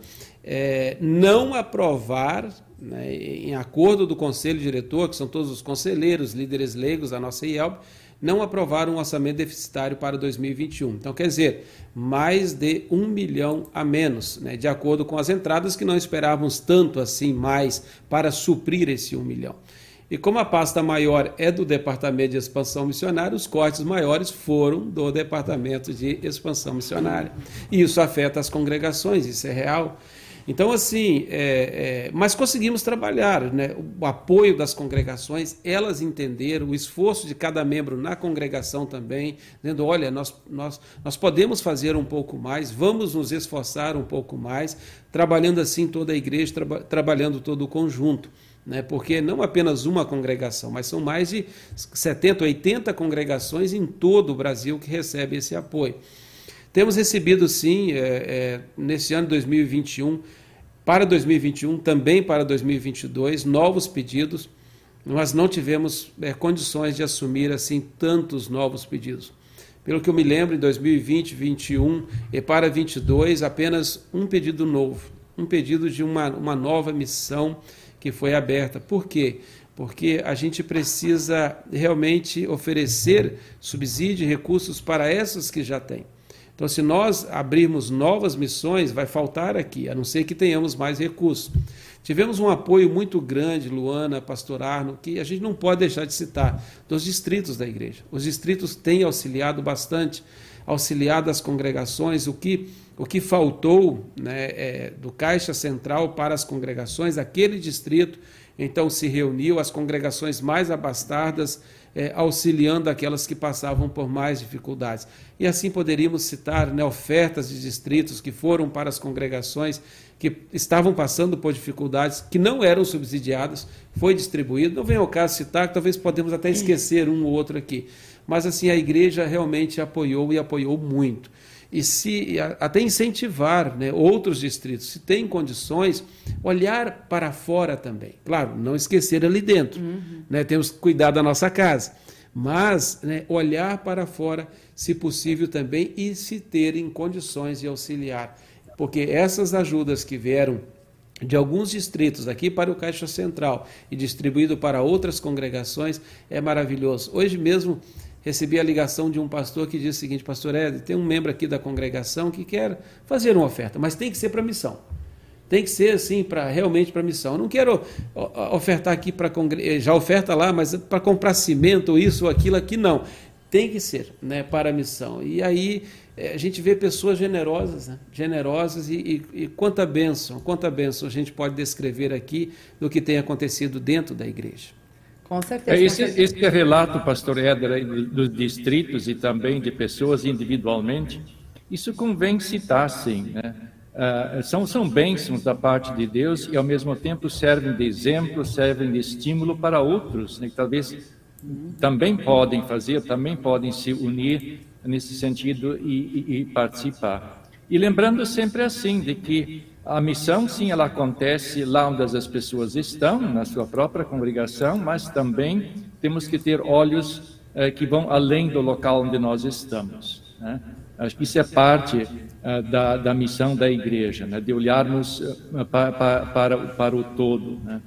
é, não aprovar, né, em acordo do Conselho Diretor, que são todos os conselheiros, líderes leigos da nossa I E L B, não aprovaram um orçamento deficitário para dois mil e vinte e um. Então, quer dizer, mais de um milhão a menos, né, de acordo com as entradas, que não esperávamos tanto assim mais para suprir esse um milhão. E como a pasta maior é do Departamento de Expansão Missionária, os cortes maiores foram do Departamento de Expansão Missionária. E isso afeta as congregações, isso é real. Então, assim, é, é, mas conseguimos trabalhar, né? O apoio das congregações, elas entenderam o esforço de cada membro na congregação também, dizendo, olha, nós, nós, nós podemos fazer um pouco mais, vamos nos esforçar um pouco mais, trabalhando assim toda a igreja, traba, trabalhando todo o conjunto. Né, porque não apenas uma congregação, mas são mais de setenta, oitenta congregações em todo o Brasil que recebem esse apoio. Temos recebido, sim, é, é, nesse ano de dois mil e vinte e um, para dois mil e vinte e um, também para dois mil e vinte e dois, novos pedidos, mas não tivemos é, condições de assumir assim tantos novos pedidos. Pelo que eu me lembro, em dois mil e vinte, vinte e um e para vinte e dois, apenas um pedido novo, um pedido de uma, uma nova missão que foi aberta. Por quê? Porque a gente precisa realmente oferecer subsídio e recursos para essas que já têm. Então, se nós abrirmos novas missões, vai faltar aqui, a não ser que tenhamos mais recursos. Tivemos um apoio muito grande, Luana, Pastor Arno, que a gente não pode deixar de citar, dos distritos da igreja. Os distritos têm auxiliado bastante, auxiliado as congregações, o que... O que faltou, né, é, do Caixa Central para as congregações, aquele distrito, então se reuniu as congregações mais abastadas, é, auxiliando aquelas que passavam por mais dificuldades. E assim poderíamos citar, né, ofertas de distritos que foram para as congregações que estavam passando por dificuldades, que não eram subsidiadas, foi distribuído. Não vem ao caso citar, que talvez podemos até esquecer um ou outro aqui. Mas assim, a igreja realmente apoiou e apoiou muito. E se até incentivar, né, outros distritos, se tem condições, olhar para fora também. Claro, não esquecer ali dentro, uhum. né, temos que cuidar da nossa casa, mas, né, olhar para fora, se possível também, e se terem condições de auxiliar. Porque essas ajudas que vieram de alguns distritos aqui para o Caixa Central e distribuído para outras congregações é maravilhoso. Hoje mesmo recebi a ligação de um pastor que disse o seguinte: pastor Ed, tem um membro aqui da congregação que quer fazer uma oferta, mas tem que ser para missão. Tem que ser assim, para realmente para missão. Eu não quero ofertar aqui para congre... já oferta lá, mas para comprar cimento, ou isso ou aquilo aqui, não. Tem que ser, né, para a missão. E aí a gente vê pessoas generosas, né, generosas e, e, e quanta bênção, quanta bênção a gente pode descrever aqui do que tem acontecido dentro da igreja. Com certeza. Esse, esse relato, pastor Éder, dos distritos e também de pessoas individualmente, isso convém citar, sim, né? Uh, são, são bênçãos da parte de Deus e, ao mesmo tempo, servem de exemplo, servem de estímulo para outros, né, que talvez também podem fazer, também podem se unir nesse sentido e, e, e participar. E lembrando sempre assim, de que a missão, sim, ela acontece lá onde as pessoas estão, na sua própria congregação, mas também temos que ter olhos eh, que vão além do local onde nós estamos, né? Acho que isso é parte uh, da, da missão da igreja, né? De olharmos uh, pa, pa, para, para o todo, né?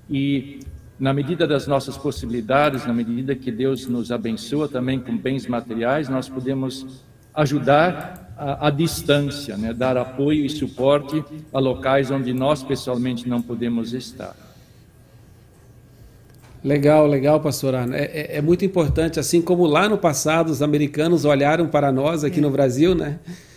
E na medida das nossas possibilidades, na medida que Deus nos abençoa também com bens materiais, nós podemos ajudar à distância, né? Dar apoio e suporte a locais onde nós pessoalmente não podemos estar. Legal, legal, pastor Arno. É, é, é muito importante, assim como lá no passado os americanos olharam para nós aqui é. no Brasil, né?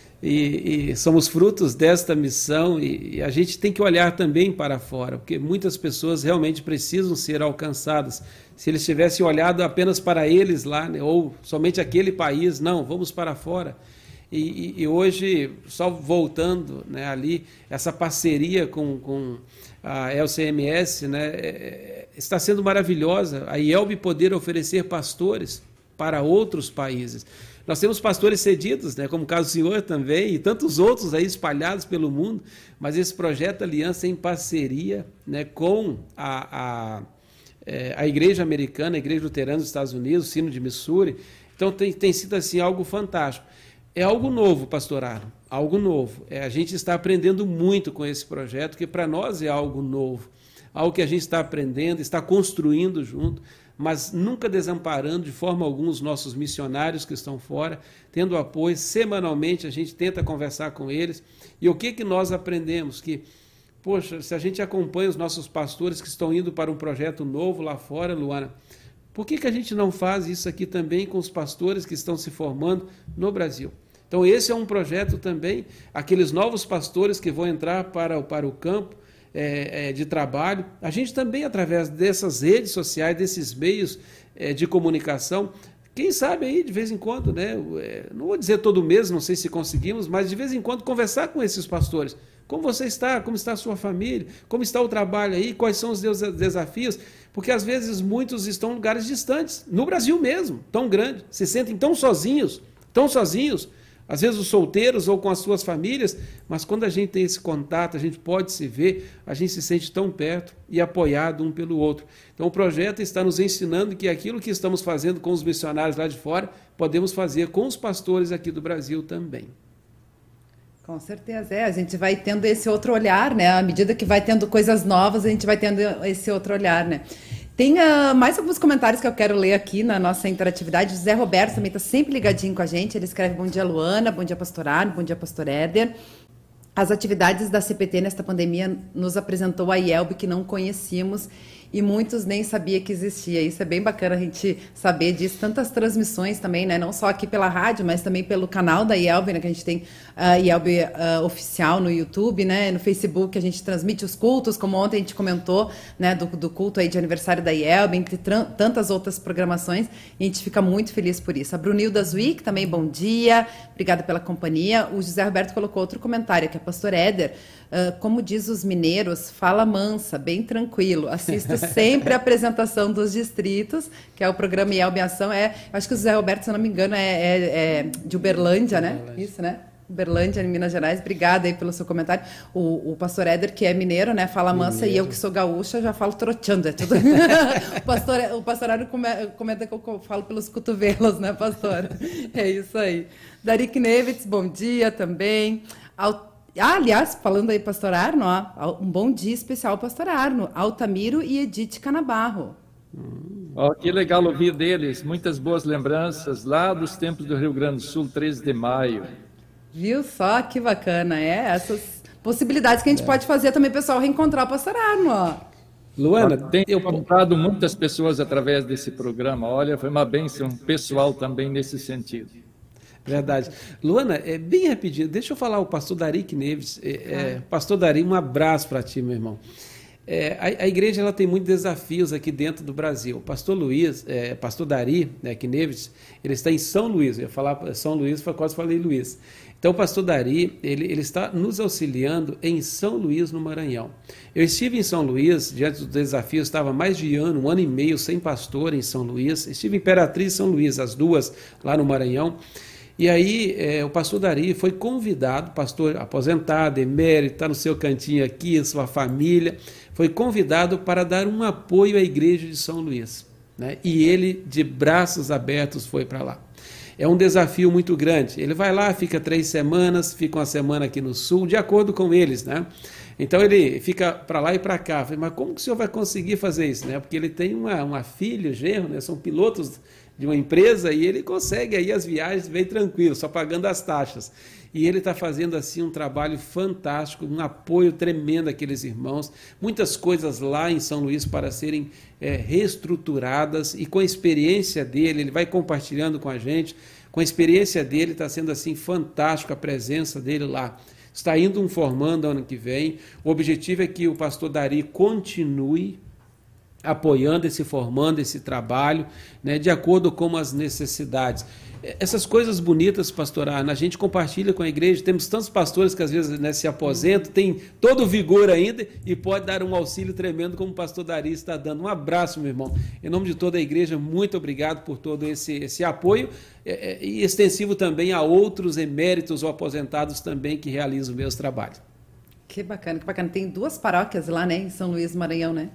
E, e somos frutos desta missão e, e a gente tem que olhar também para fora, porque muitas pessoas realmente precisam ser alcançadas. Se eles tivessem olhado apenas para eles lá, né, ou somente aquele país, não, vamos para fora. E, e, e hoje, só voltando, né, ali, essa parceria com, com a L C M S, né, é, está sendo maravilhosa. A I E L B poder oferecer pastores para outros países. Nós temos pastores cedidos, né, como o caso do senhor também, e tantos outros aí espalhados pelo mundo, mas esse projeto Aliança em parceria, né, com a, a, é, a Igreja Americana, a Igreja Luterana dos Estados Unidos, o Sino de Missouri, então tem, tem sido assim, algo fantástico. É algo novo, pastor Arno, algo novo. É, a gente está aprendendo muito com esse projeto, que para nós é algo novo, algo que a gente está aprendendo, está construindo junto, mas nunca desamparando de forma alguma os nossos missionários que estão fora, tendo apoio. Semanalmente a gente tenta conversar com eles. E o que, que nós aprendemos? Que, poxa, se a gente acompanha os nossos pastores que estão indo para um projeto novo lá fora, Luana, por que, que a gente não faz isso aqui também com os pastores que estão se formando no Brasil? Então esse é um projeto também, aqueles novos pastores que vão entrar para, para o campo, É, é, de trabalho, a gente também, através dessas redes sociais, desses meios é, de comunicação, quem sabe aí de vez em quando, né, é, não vou dizer todo mês, não sei se conseguimos, mas de vez em quando conversar com esses pastores. Como você está? Como está a sua família? Como está o trabalho aí? Quais são os seus desafios? Porque às vezes muitos estão em lugares distantes, no Brasil mesmo, tão grande, se sentem tão sozinhos, tão sozinhos, às vezes os solteiros ou com as suas famílias, mas quando a gente tem esse contato, a gente pode se ver, a gente se sente tão perto e apoiado um pelo outro. Então o projeto está nos ensinando que aquilo que estamos fazendo com os missionários lá de fora, podemos fazer com os pastores aqui do Brasil também. Com certeza, é, a gente vai tendo esse outro olhar, né? À medida que vai tendo coisas novas, a gente vai tendo esse outro olhar, né? Tem uh, mais alguns comentários que eu quero ler aqui na nossa interatividade. O José Roberto também está sempre ligadinho com a gente. Ele escreve: bom dia, Luana, bom dia, pastor Arno, bom dia, pastor Éder. As atividades da C P T nesta pandemia nos apresentou a I E L B que não conhecíamos e muitos nem sabiam que existia. Isso é bem bacana a gente saber disso. Tantas transmissões também, né? Não só aqui pela rádio, mas também pelo canal da I E L B, né? Que a gente tem a I E L B uh, oficial no YouTube, né? No Facebook a gente transmite os cultos, como ontem a gente comentou, né? Do, do culto aí de aniversário da I E L B, entre tantas outras programações. E a gente fica muito feliz por isso. A Brunilda Zwick também, bom dia. Obrigada pela companhia. O José Roberto colocou outro comentário, que é pastor Éder. Uh, como diz os mineiros, fala mansa, bem tranquilo. Assisto sempre a apresentação dos distritos, que é o programa I E L B em Ação. É, acho que o José Roberto, se eu não me engano, é, é, é de Uberlândia, né? Isso, né? Uberlândia, em Minas Gerais. Obrigada aí pelo seu comentário. O, o pastor Éder, que é mineiro, né? Fala mansa, mineiro. E eu que sou gaúcha, já falo troteando. É tudo... o pastor, o pastor Éder comenta que eu falo pelos cotovelos, né, pastor? É isso aí. Darik Nevitz, bom dia também. Ao Ah, aliás, falando aí, pastor Arno, ó, um bom dia especial, pastor Arno, Altamiro e Edith Canabarro. Oh, que legal ouvir deles, muitas boas lembranças lá dos tempos do Rio Grande do Sul, treze de maio. Viu só que bacana, é? Essas possibilidades que a gente é. pode fazer também, pessoal, reencontrar o pastor Arno, ó. Luana, tem encontrado muitas pessoas através desse programa, olha, foi uma bênção pessoal também nesse sentido. Verdade. Luana, é bem rapidinho, deixa eu falar o pastor Darik Neves. É, é, pastor Darik, um abraço para ti, meu irmão. É, a, a igreja ela tem muitos desafios aqui dentro do Brasil. O pastor Luiz, é, pastor Darik né, Neves, ele está em São Luís. Eu ia falar São Luís, quase falei Luís. Então, o pastor Darik, ele, ele está nos auxiliando em São Luís, no Maranhão. Eu estive em São Luís, diante do desafio, estava mais de ano, um ano e meio sem pastor em São Luís. Estive em Imperatriz e São Luís, as duas lá no Maranhão. E aí é, o pastor Darik foi convidado, pastor aposentado, emérito, está no seu cantinho aqui, sua família, foi convidado para dar um apoio à igreja de São Luís. Né? E ele, de braços abertos, foi para lá. É um desafio muito grande. Ele vai lá, fica três semanas, fica uma semana aqui no sul, de acordo com eles, né? Então ele fica para lá e para cá. Falei, mas como que o senhor vai conseguir fazer isso? Né? Porque ele tem uma, uma filha, genro, né? São pilotos de uma empresa e ele consegue aí as viagens bem tranquilo, só pagando as taxas. E ele está fazendo assim um trabalho fantástico, um apoio tremendo àqueles irmãos, muitas coisas lá em São Luís para serem é, reestruturadas, e com a experiência dele, ele vai compartilhando com a gente, com a experiência dele está sendo assim fantástico a presença dele lá. Está indo um formando ano que vem, o objetivo é que o pastor Dari continue apoiando esse formando, esse trabalho, né, de acordo com as necessidades. Essas coisas bonitas, pastor Arno, a gente compartilha com a igreja. Temos tantos pastores que às vezes, né, se aposentam, tem todo o vigor ainda e pode dar um auxílio tremendo como o pastor Dari está dando. Um abraço, meu irmão. Em nome de toda a igreja, muito obrigado por todo esse, esse apoio é, é, e extensivo também a outros eméritos ou aposentados também que realizam o meus trabalhos. Que bacana, que bacana. Tem duas paróquias lá, né, em São Luís do Maranhão, né?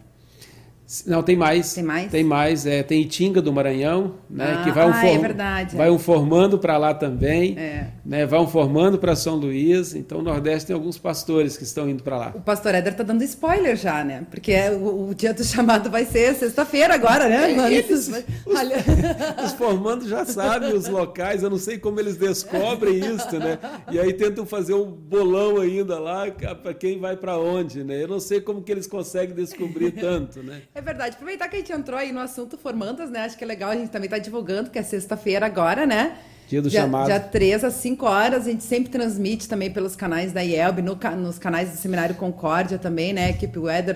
Não, tem mais. Tem mais? Tem mais. É, tem Itinga do Maranhão, né? Ah, que vai um, ah, form... é verdade, vai é. um formando para lá também. É. Né? Vai um formando para São Luís. Então, o Nordeste tem alguns pastores que estão indo para lá. O pastor Éder está dando spoiler já, né? Porque é, o, o dia do chamado vai ser sexta-feira agora, né? É, eles, os, Olha... os formandos já sabem os locais. Eu não sei como eles descobrem isso, né? E aí tentam fazer um bolão ainda lá para quem vai para onde, né? Eu não sei como que eles conseguem descobrir tanto, né? É verdade. Aproveitar que a gente entrou aí no assunto formandas, né? Acho que é legal a gente também estar tá divulgando, que é sexta-feira agora, né? Dia do dia, chamado. Dia três às cinco horas. A gente sempre transmite também pelos canais da I E L B, no, nos canais do Seminário Concórdia também, né? A equipe Weather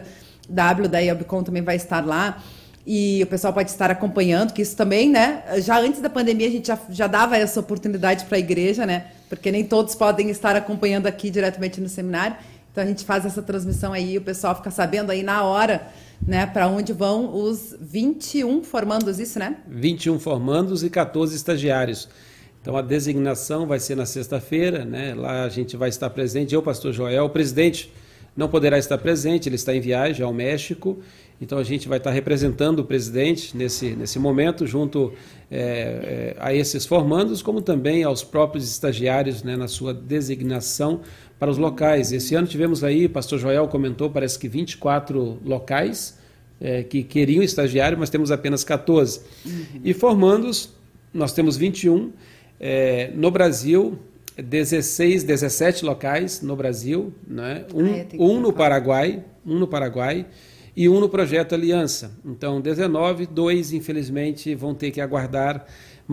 W da I E L B Com também vai estar lá. E o pessoal pode estar acompanhando, que isso também, né? Já antes da pandemia a gente já, já dava essa oportunidade para a igreja, né? Porque nem todos podem estar acompanhando aqui diretamente no seminário. Então a gente faz essa transmissão aí e o pessoal fica sabendo aí na hora, né, para onde vão os vinte e um formandos, isso, né? vinte e um formandos e quatorze estagiários. Então a designação vai ser na sexta-feira, né? Lá a gente vai estar presente, eu, pastor Joel, o presidente não poderá estar presente, ele está em viagem ao México, então a gente vai estar representando o presidente nesse, nesse momento, junto é, é, a esses formandos, como também aos próprios estagiários, né, na sua designação para os locais. Esse ano tivemos aí, pastor Joel comentou, parece que vinte e quatro locais é, que queriam estagiário, mas temos apenas quatorze. Uhum. E formandos, nós temos vinte e um, é, no Brasil, dezesseis, dezessete locais no Brasil, né? um, ah, um no Paraguai, um no Paraguai e um no Projeto Aliança. Então, dezenove, dois, infelizmente, vão ter que aguardar,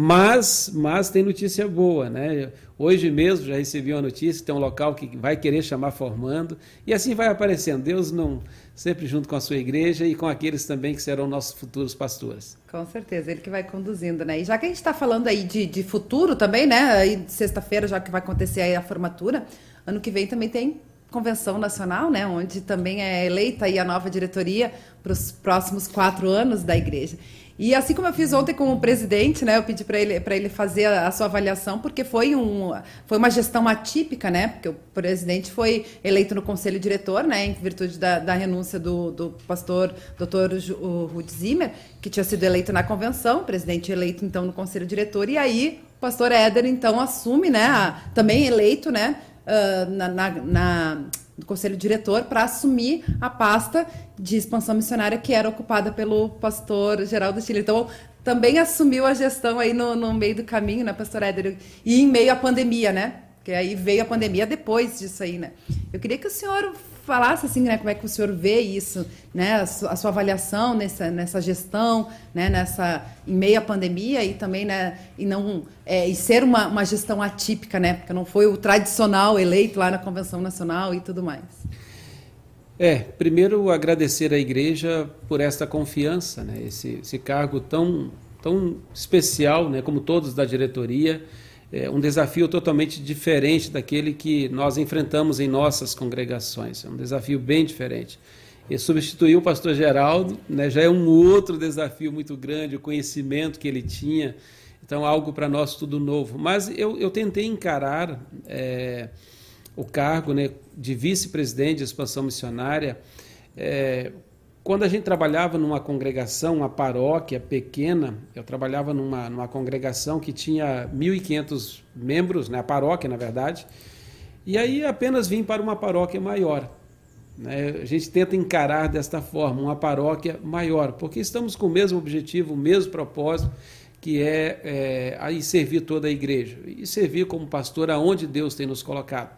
mas, mas tem notícia boa, né? Hoje mesmo já recebi uma notícia que tem um local que vai querer chamar formando, e assim vai aparecendo. Deus não sempre junto com a sua igreja e com aqueles também que serão nossos futuros pastores. Com certeza, ele que vai conduzindo, né? E já que a gente está falando aí de, de futuro também, né? Aí sexta-feira, já que vai acontecer aí a formatura, ano que vem também tem Convenção Nacional, né? Onde também é eleita aí a nova diretoria para os próximos quatro anos da igreja. E assim como eu fiz ontem com o presidente, né, eu pedi para ele, para ele fazer a, a sua avaliação, porque foi, um, foi uma gestão atípica, né, porque o presidente foi eleito no conselho diretor, né, em virtude da, da renúncia do, do pastor doutor Rudy Zimmer, que tinha sido eleito na convenção, o presidente eleito então no conselho diretor, e aí o pastor Éder então assume, né, a, também eleito, né, uh, na, na, na do conselho diretor para assumir a pasta de expansão missionária que era ocupada pelo pastor Geraldo Chile. Então, também assumiu a gestão aí no, no meio do caminho, né, pastor Éder? E em meio à pandemia, né? Porque aí veio a pandemia depois disso aí, né? Eu queria que o senhor falasse assim, né, como é que o senhor vê isso, né, a sua, a sua avaliação nessa, nessa gestão, né, nessa, em meio à pandemia e também, né, e não é, e ser uma, uma gestão atípica, né, porque não foi o tradicional eleito lá na Convenção Nacional e tudo mais. É, primeiro agradecer à igreja por esta confiança, né, esse, esse cargo tão, tão especial, né, como todos da diretoria. É um desafio totalmente diferente daquele que nós enfrentamos em nossas congregações. É um desafio bem diferente. E substituir o pastor Geraldo, né, já é um outro desafio muito grande, o conhecimento que ele tinha. Então, algo para nós tudo novo. Mas eu, eu tentei encarar é, o cargo, né, de vice-presidente de expansão missionária. É, Quando a gente trabalhava numa congregação, uma paróquia pequena, eu trabalhava numa, numa congregação que tinha mil e quinhentos membros, né, a paróquia, na verdade, e aí apenas vim para uma paróquia maior. Né? A gente tenta encarar desta forma, uma paróquia maior, porque estamos com o mesmo objetivo, o mesmo propósito, que é, é aí servir toda a igreja e servir como pastor aonde Deus tem nos colocado.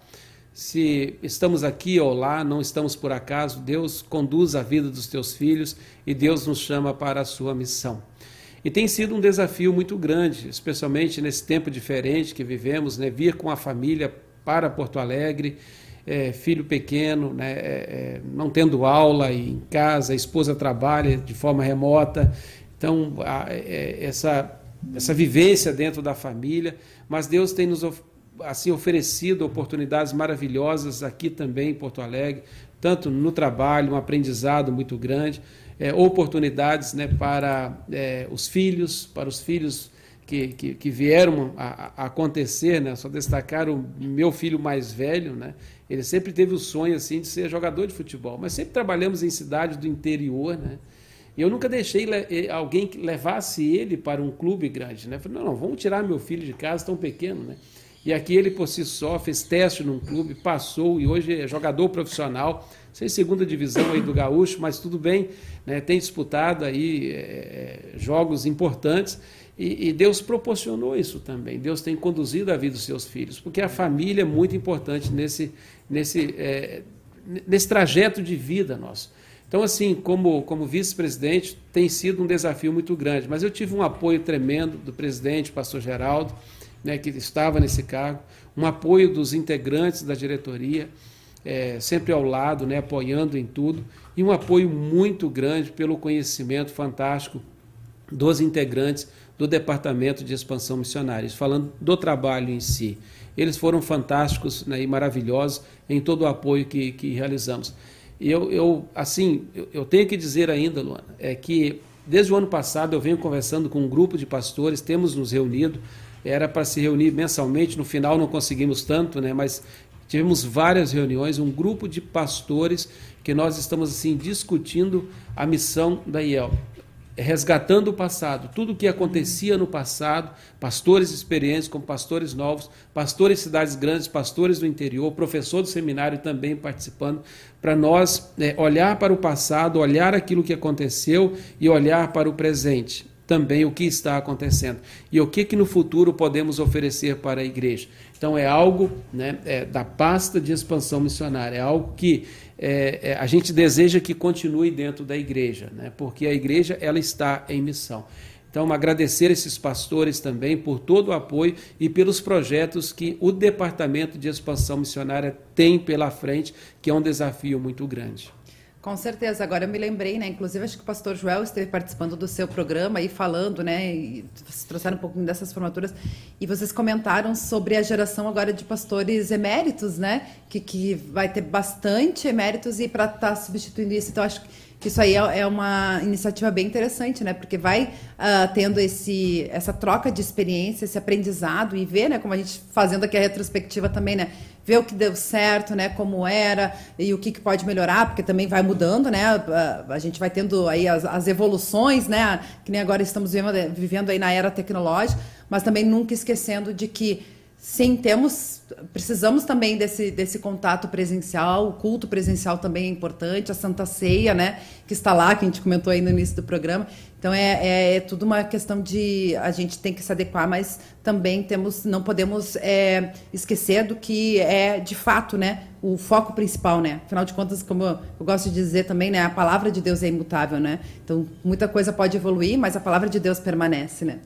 Se estamos aqui ou lá, não estamos por acaso, Deus conduz a vida dos teus filhos e Deus nos chama para a sua missão. E tem sido um desafio muito grande, especialmente nesse tempo diferente que vivemos, né? Vir com a família para Porto Alegre, é, filho pequeno, né? é, não tendo aula em casa, a esposa trabalha de forma remota. Então, a, é, essa, essa vivência dentro da família, mas Deus tem nos assim, oferecido oportunidades maravilhosas aqui também em Porto Alegre, tanto no trabalho, um aprendizado muito grande, É, oportunidades, né, para é, os filhos, para os filhos que, que, que vieram a, a acontecer, né, só destacar o meu filho mais velho, né, ele sempre teve o sonho assim, de ser jogador de futebol, mas sempre trabalhamos em cidades do interior, né, e eu nunca deixei le- alguém que levasse ele para um clube grande, né, falei, não, não, vamos tirar meu filho de casa tão pequeno, né, e aqui ele por si só fez teste num clube, passou e hoje é jogador profissional, sem segunda divisão aí do Gaúcho, mas tudo bem, né? Tem disputado aí é, jogos importantes e, e Deus proporcionou isso também. Deus tem conduzido a vida dos seus filhos, porque a família é muito importante nesse, nesse, é, nesse trajeto de vida nosso. Então, assim, como, como vice-presidente, tem sido um desafio muito grande, mas eu tive um apoio tremendo do presidente, pastor Geraldo, né, que estava nesse cargo, um apoio dos integrantes da diretoria, É, sempre ao lado, né, apoiando em tudo, e um apoio muito grande pelo conhecimento fantástico dos integrantes do Departamento de Expansão Missionária, falando do trabalho em si. Eles foram fantásticos, né, e maravilhosos em todo o apoio que, que realizamos. E eu, eu assim, eu, eu tenho que dizer ainda, Luana, é que desde o ano passado eu venho conversando com um grupo de pastores, temos nos reunido, era para se reunir mensalmente, no final não conseguimos tanto, né, mas tivemos várias reuniões, um grupo de pastores que nós estamos assim discutindo a missão da I E L, resgatando o passado, tudo o que acontecia no passado, pastores experientes como pastores novos, pastores de cidades grandes, pastores do interior, professor do seminário também participando, para nós é, olhar para o passado, olhar aquilo que aconteceu e olhar para o presente. Também o que está acontecendo e o que, que no futuro podemos oferecer para a igreja. Então é algo, né, é, da pasta de expansão missionária, é algo que é, é, a gente deseja que continue dentro da igreja, né, porque a igreja ela está em missão. Então agradecer esses pastores também por todo o apoio e pelos projetos que o Departamento de Expansão Missionária tem pela frente, que é um desafio muito grande. Com certeza, agora eu me lembrei, né? Inclusive, acho que o pastor Joel esteve participando do seu programa e falando, né? E vocês trouxeram um pouquinho dessas formaturas. E vocês comentaram sobre a geração agora de pastores eméritos, né? Que, que vai ter bastante eméritos e para estar tá substituindo isso. Então, acho que isso aí é, é uma iniciativa bem interessante, né? Porque vai uh, tendo esse, essa troca de experiência, esse aprendizado e ver, né? Como a gente fazendo aqui a retrospectiva também, né? Ver o que deu certo, né, como era e o que, que pode melhorar, porque também vai mudando, né, a, a gente vai tendo aí as, as evoluções, né, que nem agora estamos vivendo, vivendo aí na era tecnológica, mas também nunca esquecendo de que, sim, temos, precisamos também desse, desse contato presencial, o culto presencial também é importante, a Santa Ceia, né, que está lá, que a gente comentou aí no início do programa. Então, é, é, é tudo uma questão de a gente tem que se adequar, mas também temos, não podemos é, esquecer do que é, de fato, né, o foco principal, né? Afinal de contas, como eu, eu gosto de dizer também, né, a palavra de Deus é imutável, né? Então, muita coisa pode evoluir, mas a palavra de Deus permanece, né?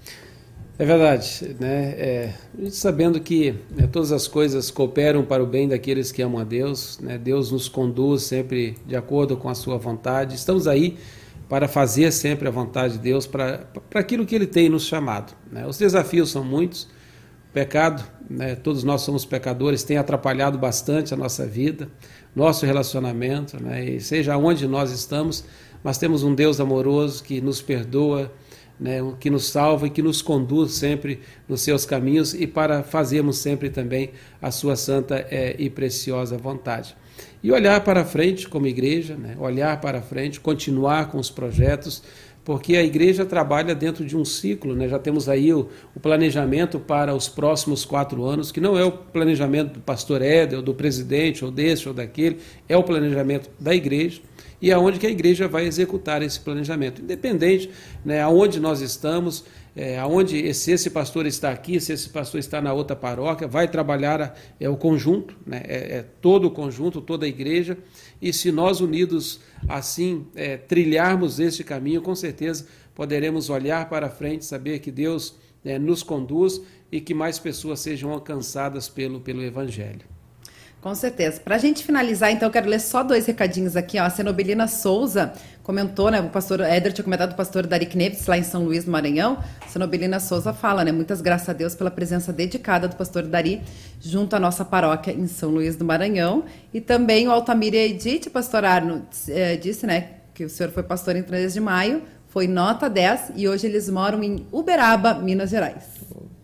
É verdade, né? É, a gente sabendo que, né, todas as coisas cooperam para o bem daqueles que amam a Deus, né? Deus nos conduz sempre de acordo com a sua vontade. Estamos aí para fazer sempre a vontade de Deus, para, para aquilo que Ele tem nos chamado, né? Os desafios são muitos, o pecado, né, todos nós somos pecadores, tem atrapalhado bastante a nossa vida, nosso relacionamento, né, e seja onde nós estamos, mas temos um Deus amoroso que nos perdoa, né, que nos salva e que nos conduz sempre nos seus caminhos e para fazermos sempre também a sua santa é, e preciosa vontade. E olhar para frente como igreja, né, olhar para frente, continuar com os projetos, porque a igreja trabalha dentro de um ciclo, né? Já temos aí o, o planejamento para os próximos quatro anos, que não é o planejamento do pastor Éder, ou do presidente, ou desse ou daquele, é o planejamento da igreja, e aonde que a igreja vai executar esse planejamento, independente, né, aonde nós estamos, é, aonde se esse pastor está aqui, se esse pastor está na outra paróquia, vai trabalhar é, o conjunto, né? é, é todo o conjunto, toda a igreja, e se nós unidos assim é, trilharmos este caminho, com certeza poderemos olhar para frente, saber que Deus é, nos conduz e que mais pessoas sejam alcançadas pelo, pelo Evangelho. Com certeza. Para a gente finalizar, então, eu quero ler só dois recadinhos aqui. Ó. A Senobelina Souza comentou, né? O pastor Éder tinha comentado do pastor Dari Knepes, lá em São Luís do Maranhão. A Senobelina Souza fala, né? Muitas graças a Deus pela presença dedicada do pastor Dari junto à nossa paróquia em São Luís do Maranhão. E também o Altamir e a Edith, pastor Arno, é, disse, né? Que o senhor foi pastor em três de maio, foi nota dez e hoje eles moram em Uberaba, Minas Gerais.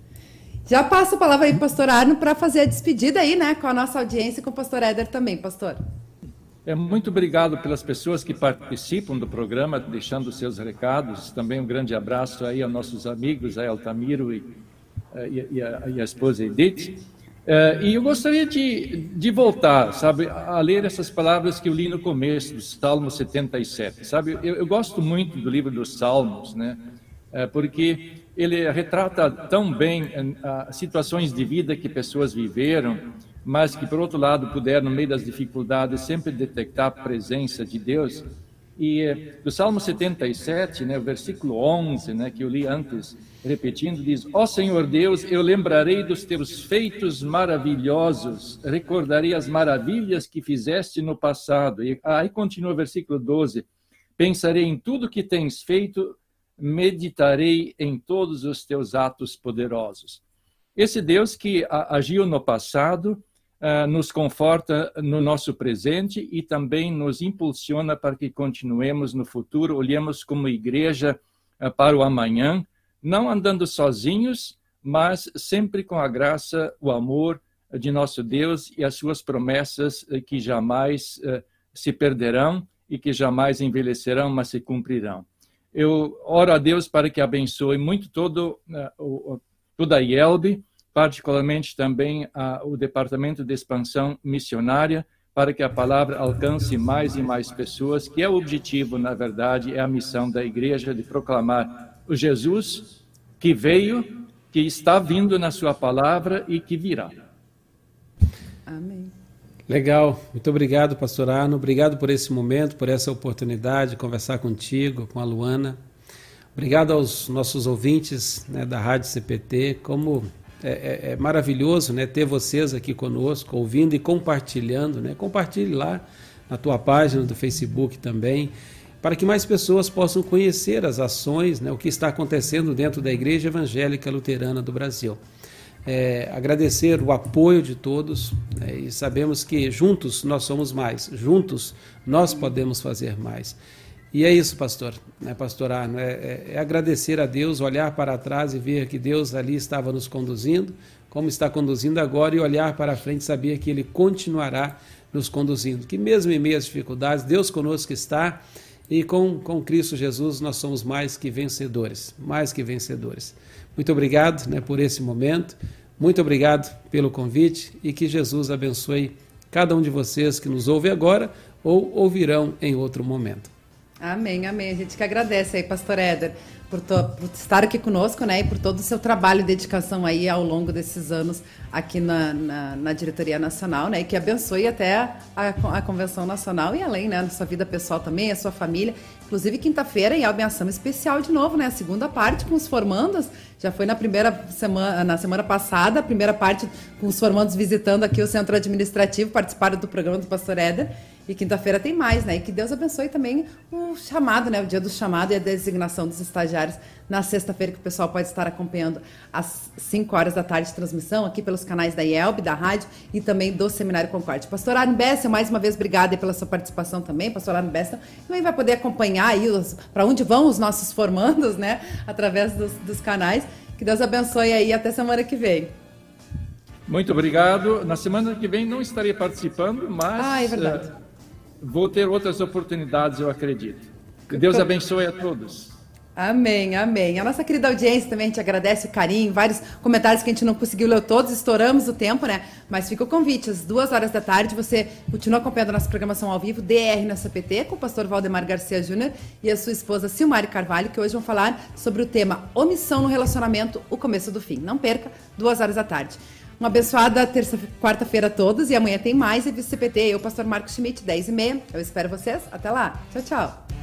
Já passo a palavra aí para o pastor Arno para fazer a despedida aí, né, com a nossa audiência e com o pastor Éder também, pastor. É, muito obrigado pelas pessoas que participam do programa, deixando seus recados. Também um grande abraço aí aos nossos amigos, a Altamiro e, e, e, a, e a esposa Edith. É, e eu gostaria de, de voltar, sabe, a ler essas palavras que eu li no começo do Salmo setenta e sete, sabe? Eu, eu gosto muito do livro dos Salmos, né, é, porque ele retrata tão bem uh, situações de vida que pessoas viveram, mas que, por outro lado, puderam, no meio das dificuldades, sempre detectar a presença de Deus. E uh, do Salmo setenta e sete, né, o versículo onze, né, que eu li antes, repetindo, diz: ó Senhor Deus, eu lembrarei dos teus feitos maravilhosos, recordarei as maravilhas que fizeste no passado. E aí continua o versículo doze: pensarei em tudo que tens feito, meditarei em todos os teus atos poderosos. Esse Deus que agiu no passado uh, nos conforta no nosso presente e também nos impulsiona para que continuemos no futuro, olhemos como igreja uh, para o amanhã, não andando sozinhos, mas sempre com a graça, o amor de nosso Deus e as suas promessas uh, que jamais uh, se perderão e que jamais envelhecerão, mas se cumprirão. Eu oro a Deus para que abençoe muito todo, uh, toda a I E L B, particularmente também uh, o Departamento de Expansão Missionária, para que a palavra alcance mais e mais pessoas, que é o objetivo, na verdade, é a missão da igreja de proclamar o Jesus que veio, que está vindo na sua palavra e que virá. Amém. Legal, muito obrigado, pastor Arno, obrigado por esse momento, por essa oportunidade de conversar contigo, com a Luana. Obrigado aos nossos ouvintes, né, da Rádio C P T, como é, é, é maravilhoso, né, ter vocês aqui conosco, ouvindo e compartilhando, né, compartilhe lá na tua página do Facebook também, para que mais pessoas possam conhecer as ações, né, o que está acontecendo dentro da Igreja Evangélica Luterana do Brasil. É, agradecer o apoio de todos, né, e sabemos que juntos nós somos mais, juntos nós podemos fazer mais. E é isso, pastor, né, pastor Arno, é, é, é agradecer a Deus, olhar para trás e ver que Deus ali estava nos conduzindo, como está conduzindo agora, e olhar para frente e saber que Ele continuará nos conduzindo, que mesmo em meio às dificuldades, Deus conosco está, e com, com Cristo Jesus nós somos mais que vencedores, mais que vencedores. Muito obrigado, né, por esse momento, muito obrigado pelo convite e que Jesus abençoe cada um de vocês que nos ouve agora ou ouvirão em outro momento. Amém, amém. A gente que agradece aí, pastor Éder, por, to, por estar aqui conosco, né, e por todo o seu trabalho e dedicação aí ao longo desses anos aqui na, na, na diretoria nacional, né, e que abençoe até a, a convenção nacional e além, né, na sua vida pessoal também, a sua família. Inclusive, quinta-feira, em ação especial de novo, né? A segunda parte com os formandos. Já foi na primeira semana, na semana passada, a primeira parte com os formandos visitando aqui o centro administrativo, participaram do programa do pastor Éder. E quinta-feira tem mais, né? E que Deus abençoe também o chamado, né? O dia do chamado e a designação dos estagiários na sexta-feira, que o pessoal pode estar acompanhando às cinco horas da tarde de transmissão aqui pelos canais da I E L B, da rádio e também do Seminário Concórdia. Pastor Arno Bessel, mais uma vez, obrigada pela sua participação também. Pastor Arno Bessel também vai poder acompanhar aí para onde vão os nossos formandos, né? Através dos, dos canais. Que Deus abençoe aí até semana que vem. Muito obrigado. Na semana que vem não estarei participando, mas ah, é verdade. Uh, vou ter outras oportunidades, eu acredito. Que Deus abençoe a todos. Amém, amém. A nossa querida audiência também, a gente agradece o carinho, vários comentários que a gente não conseguiu ler todos, estouramos o tempo, né? Mas fica o convite, às duas horas da tarde, você continua acompanhando a nossa programação ao vivo, D R na C P T, com o pastor Valdemar Garcia Júnior e a sua esposa Silmari Carvalho, que hoje vão falar sobre o tema omissão no relacionamento, o começo do fim. Não perca, duas horas da tarde. Uma abençoada terça, quarta-feira a todos, e amanhã tem mais Revista C P T. Eu, pastor Marcos Schmidt, dez e meia. Eu espero vocês. Até lá. Tchau, tchau.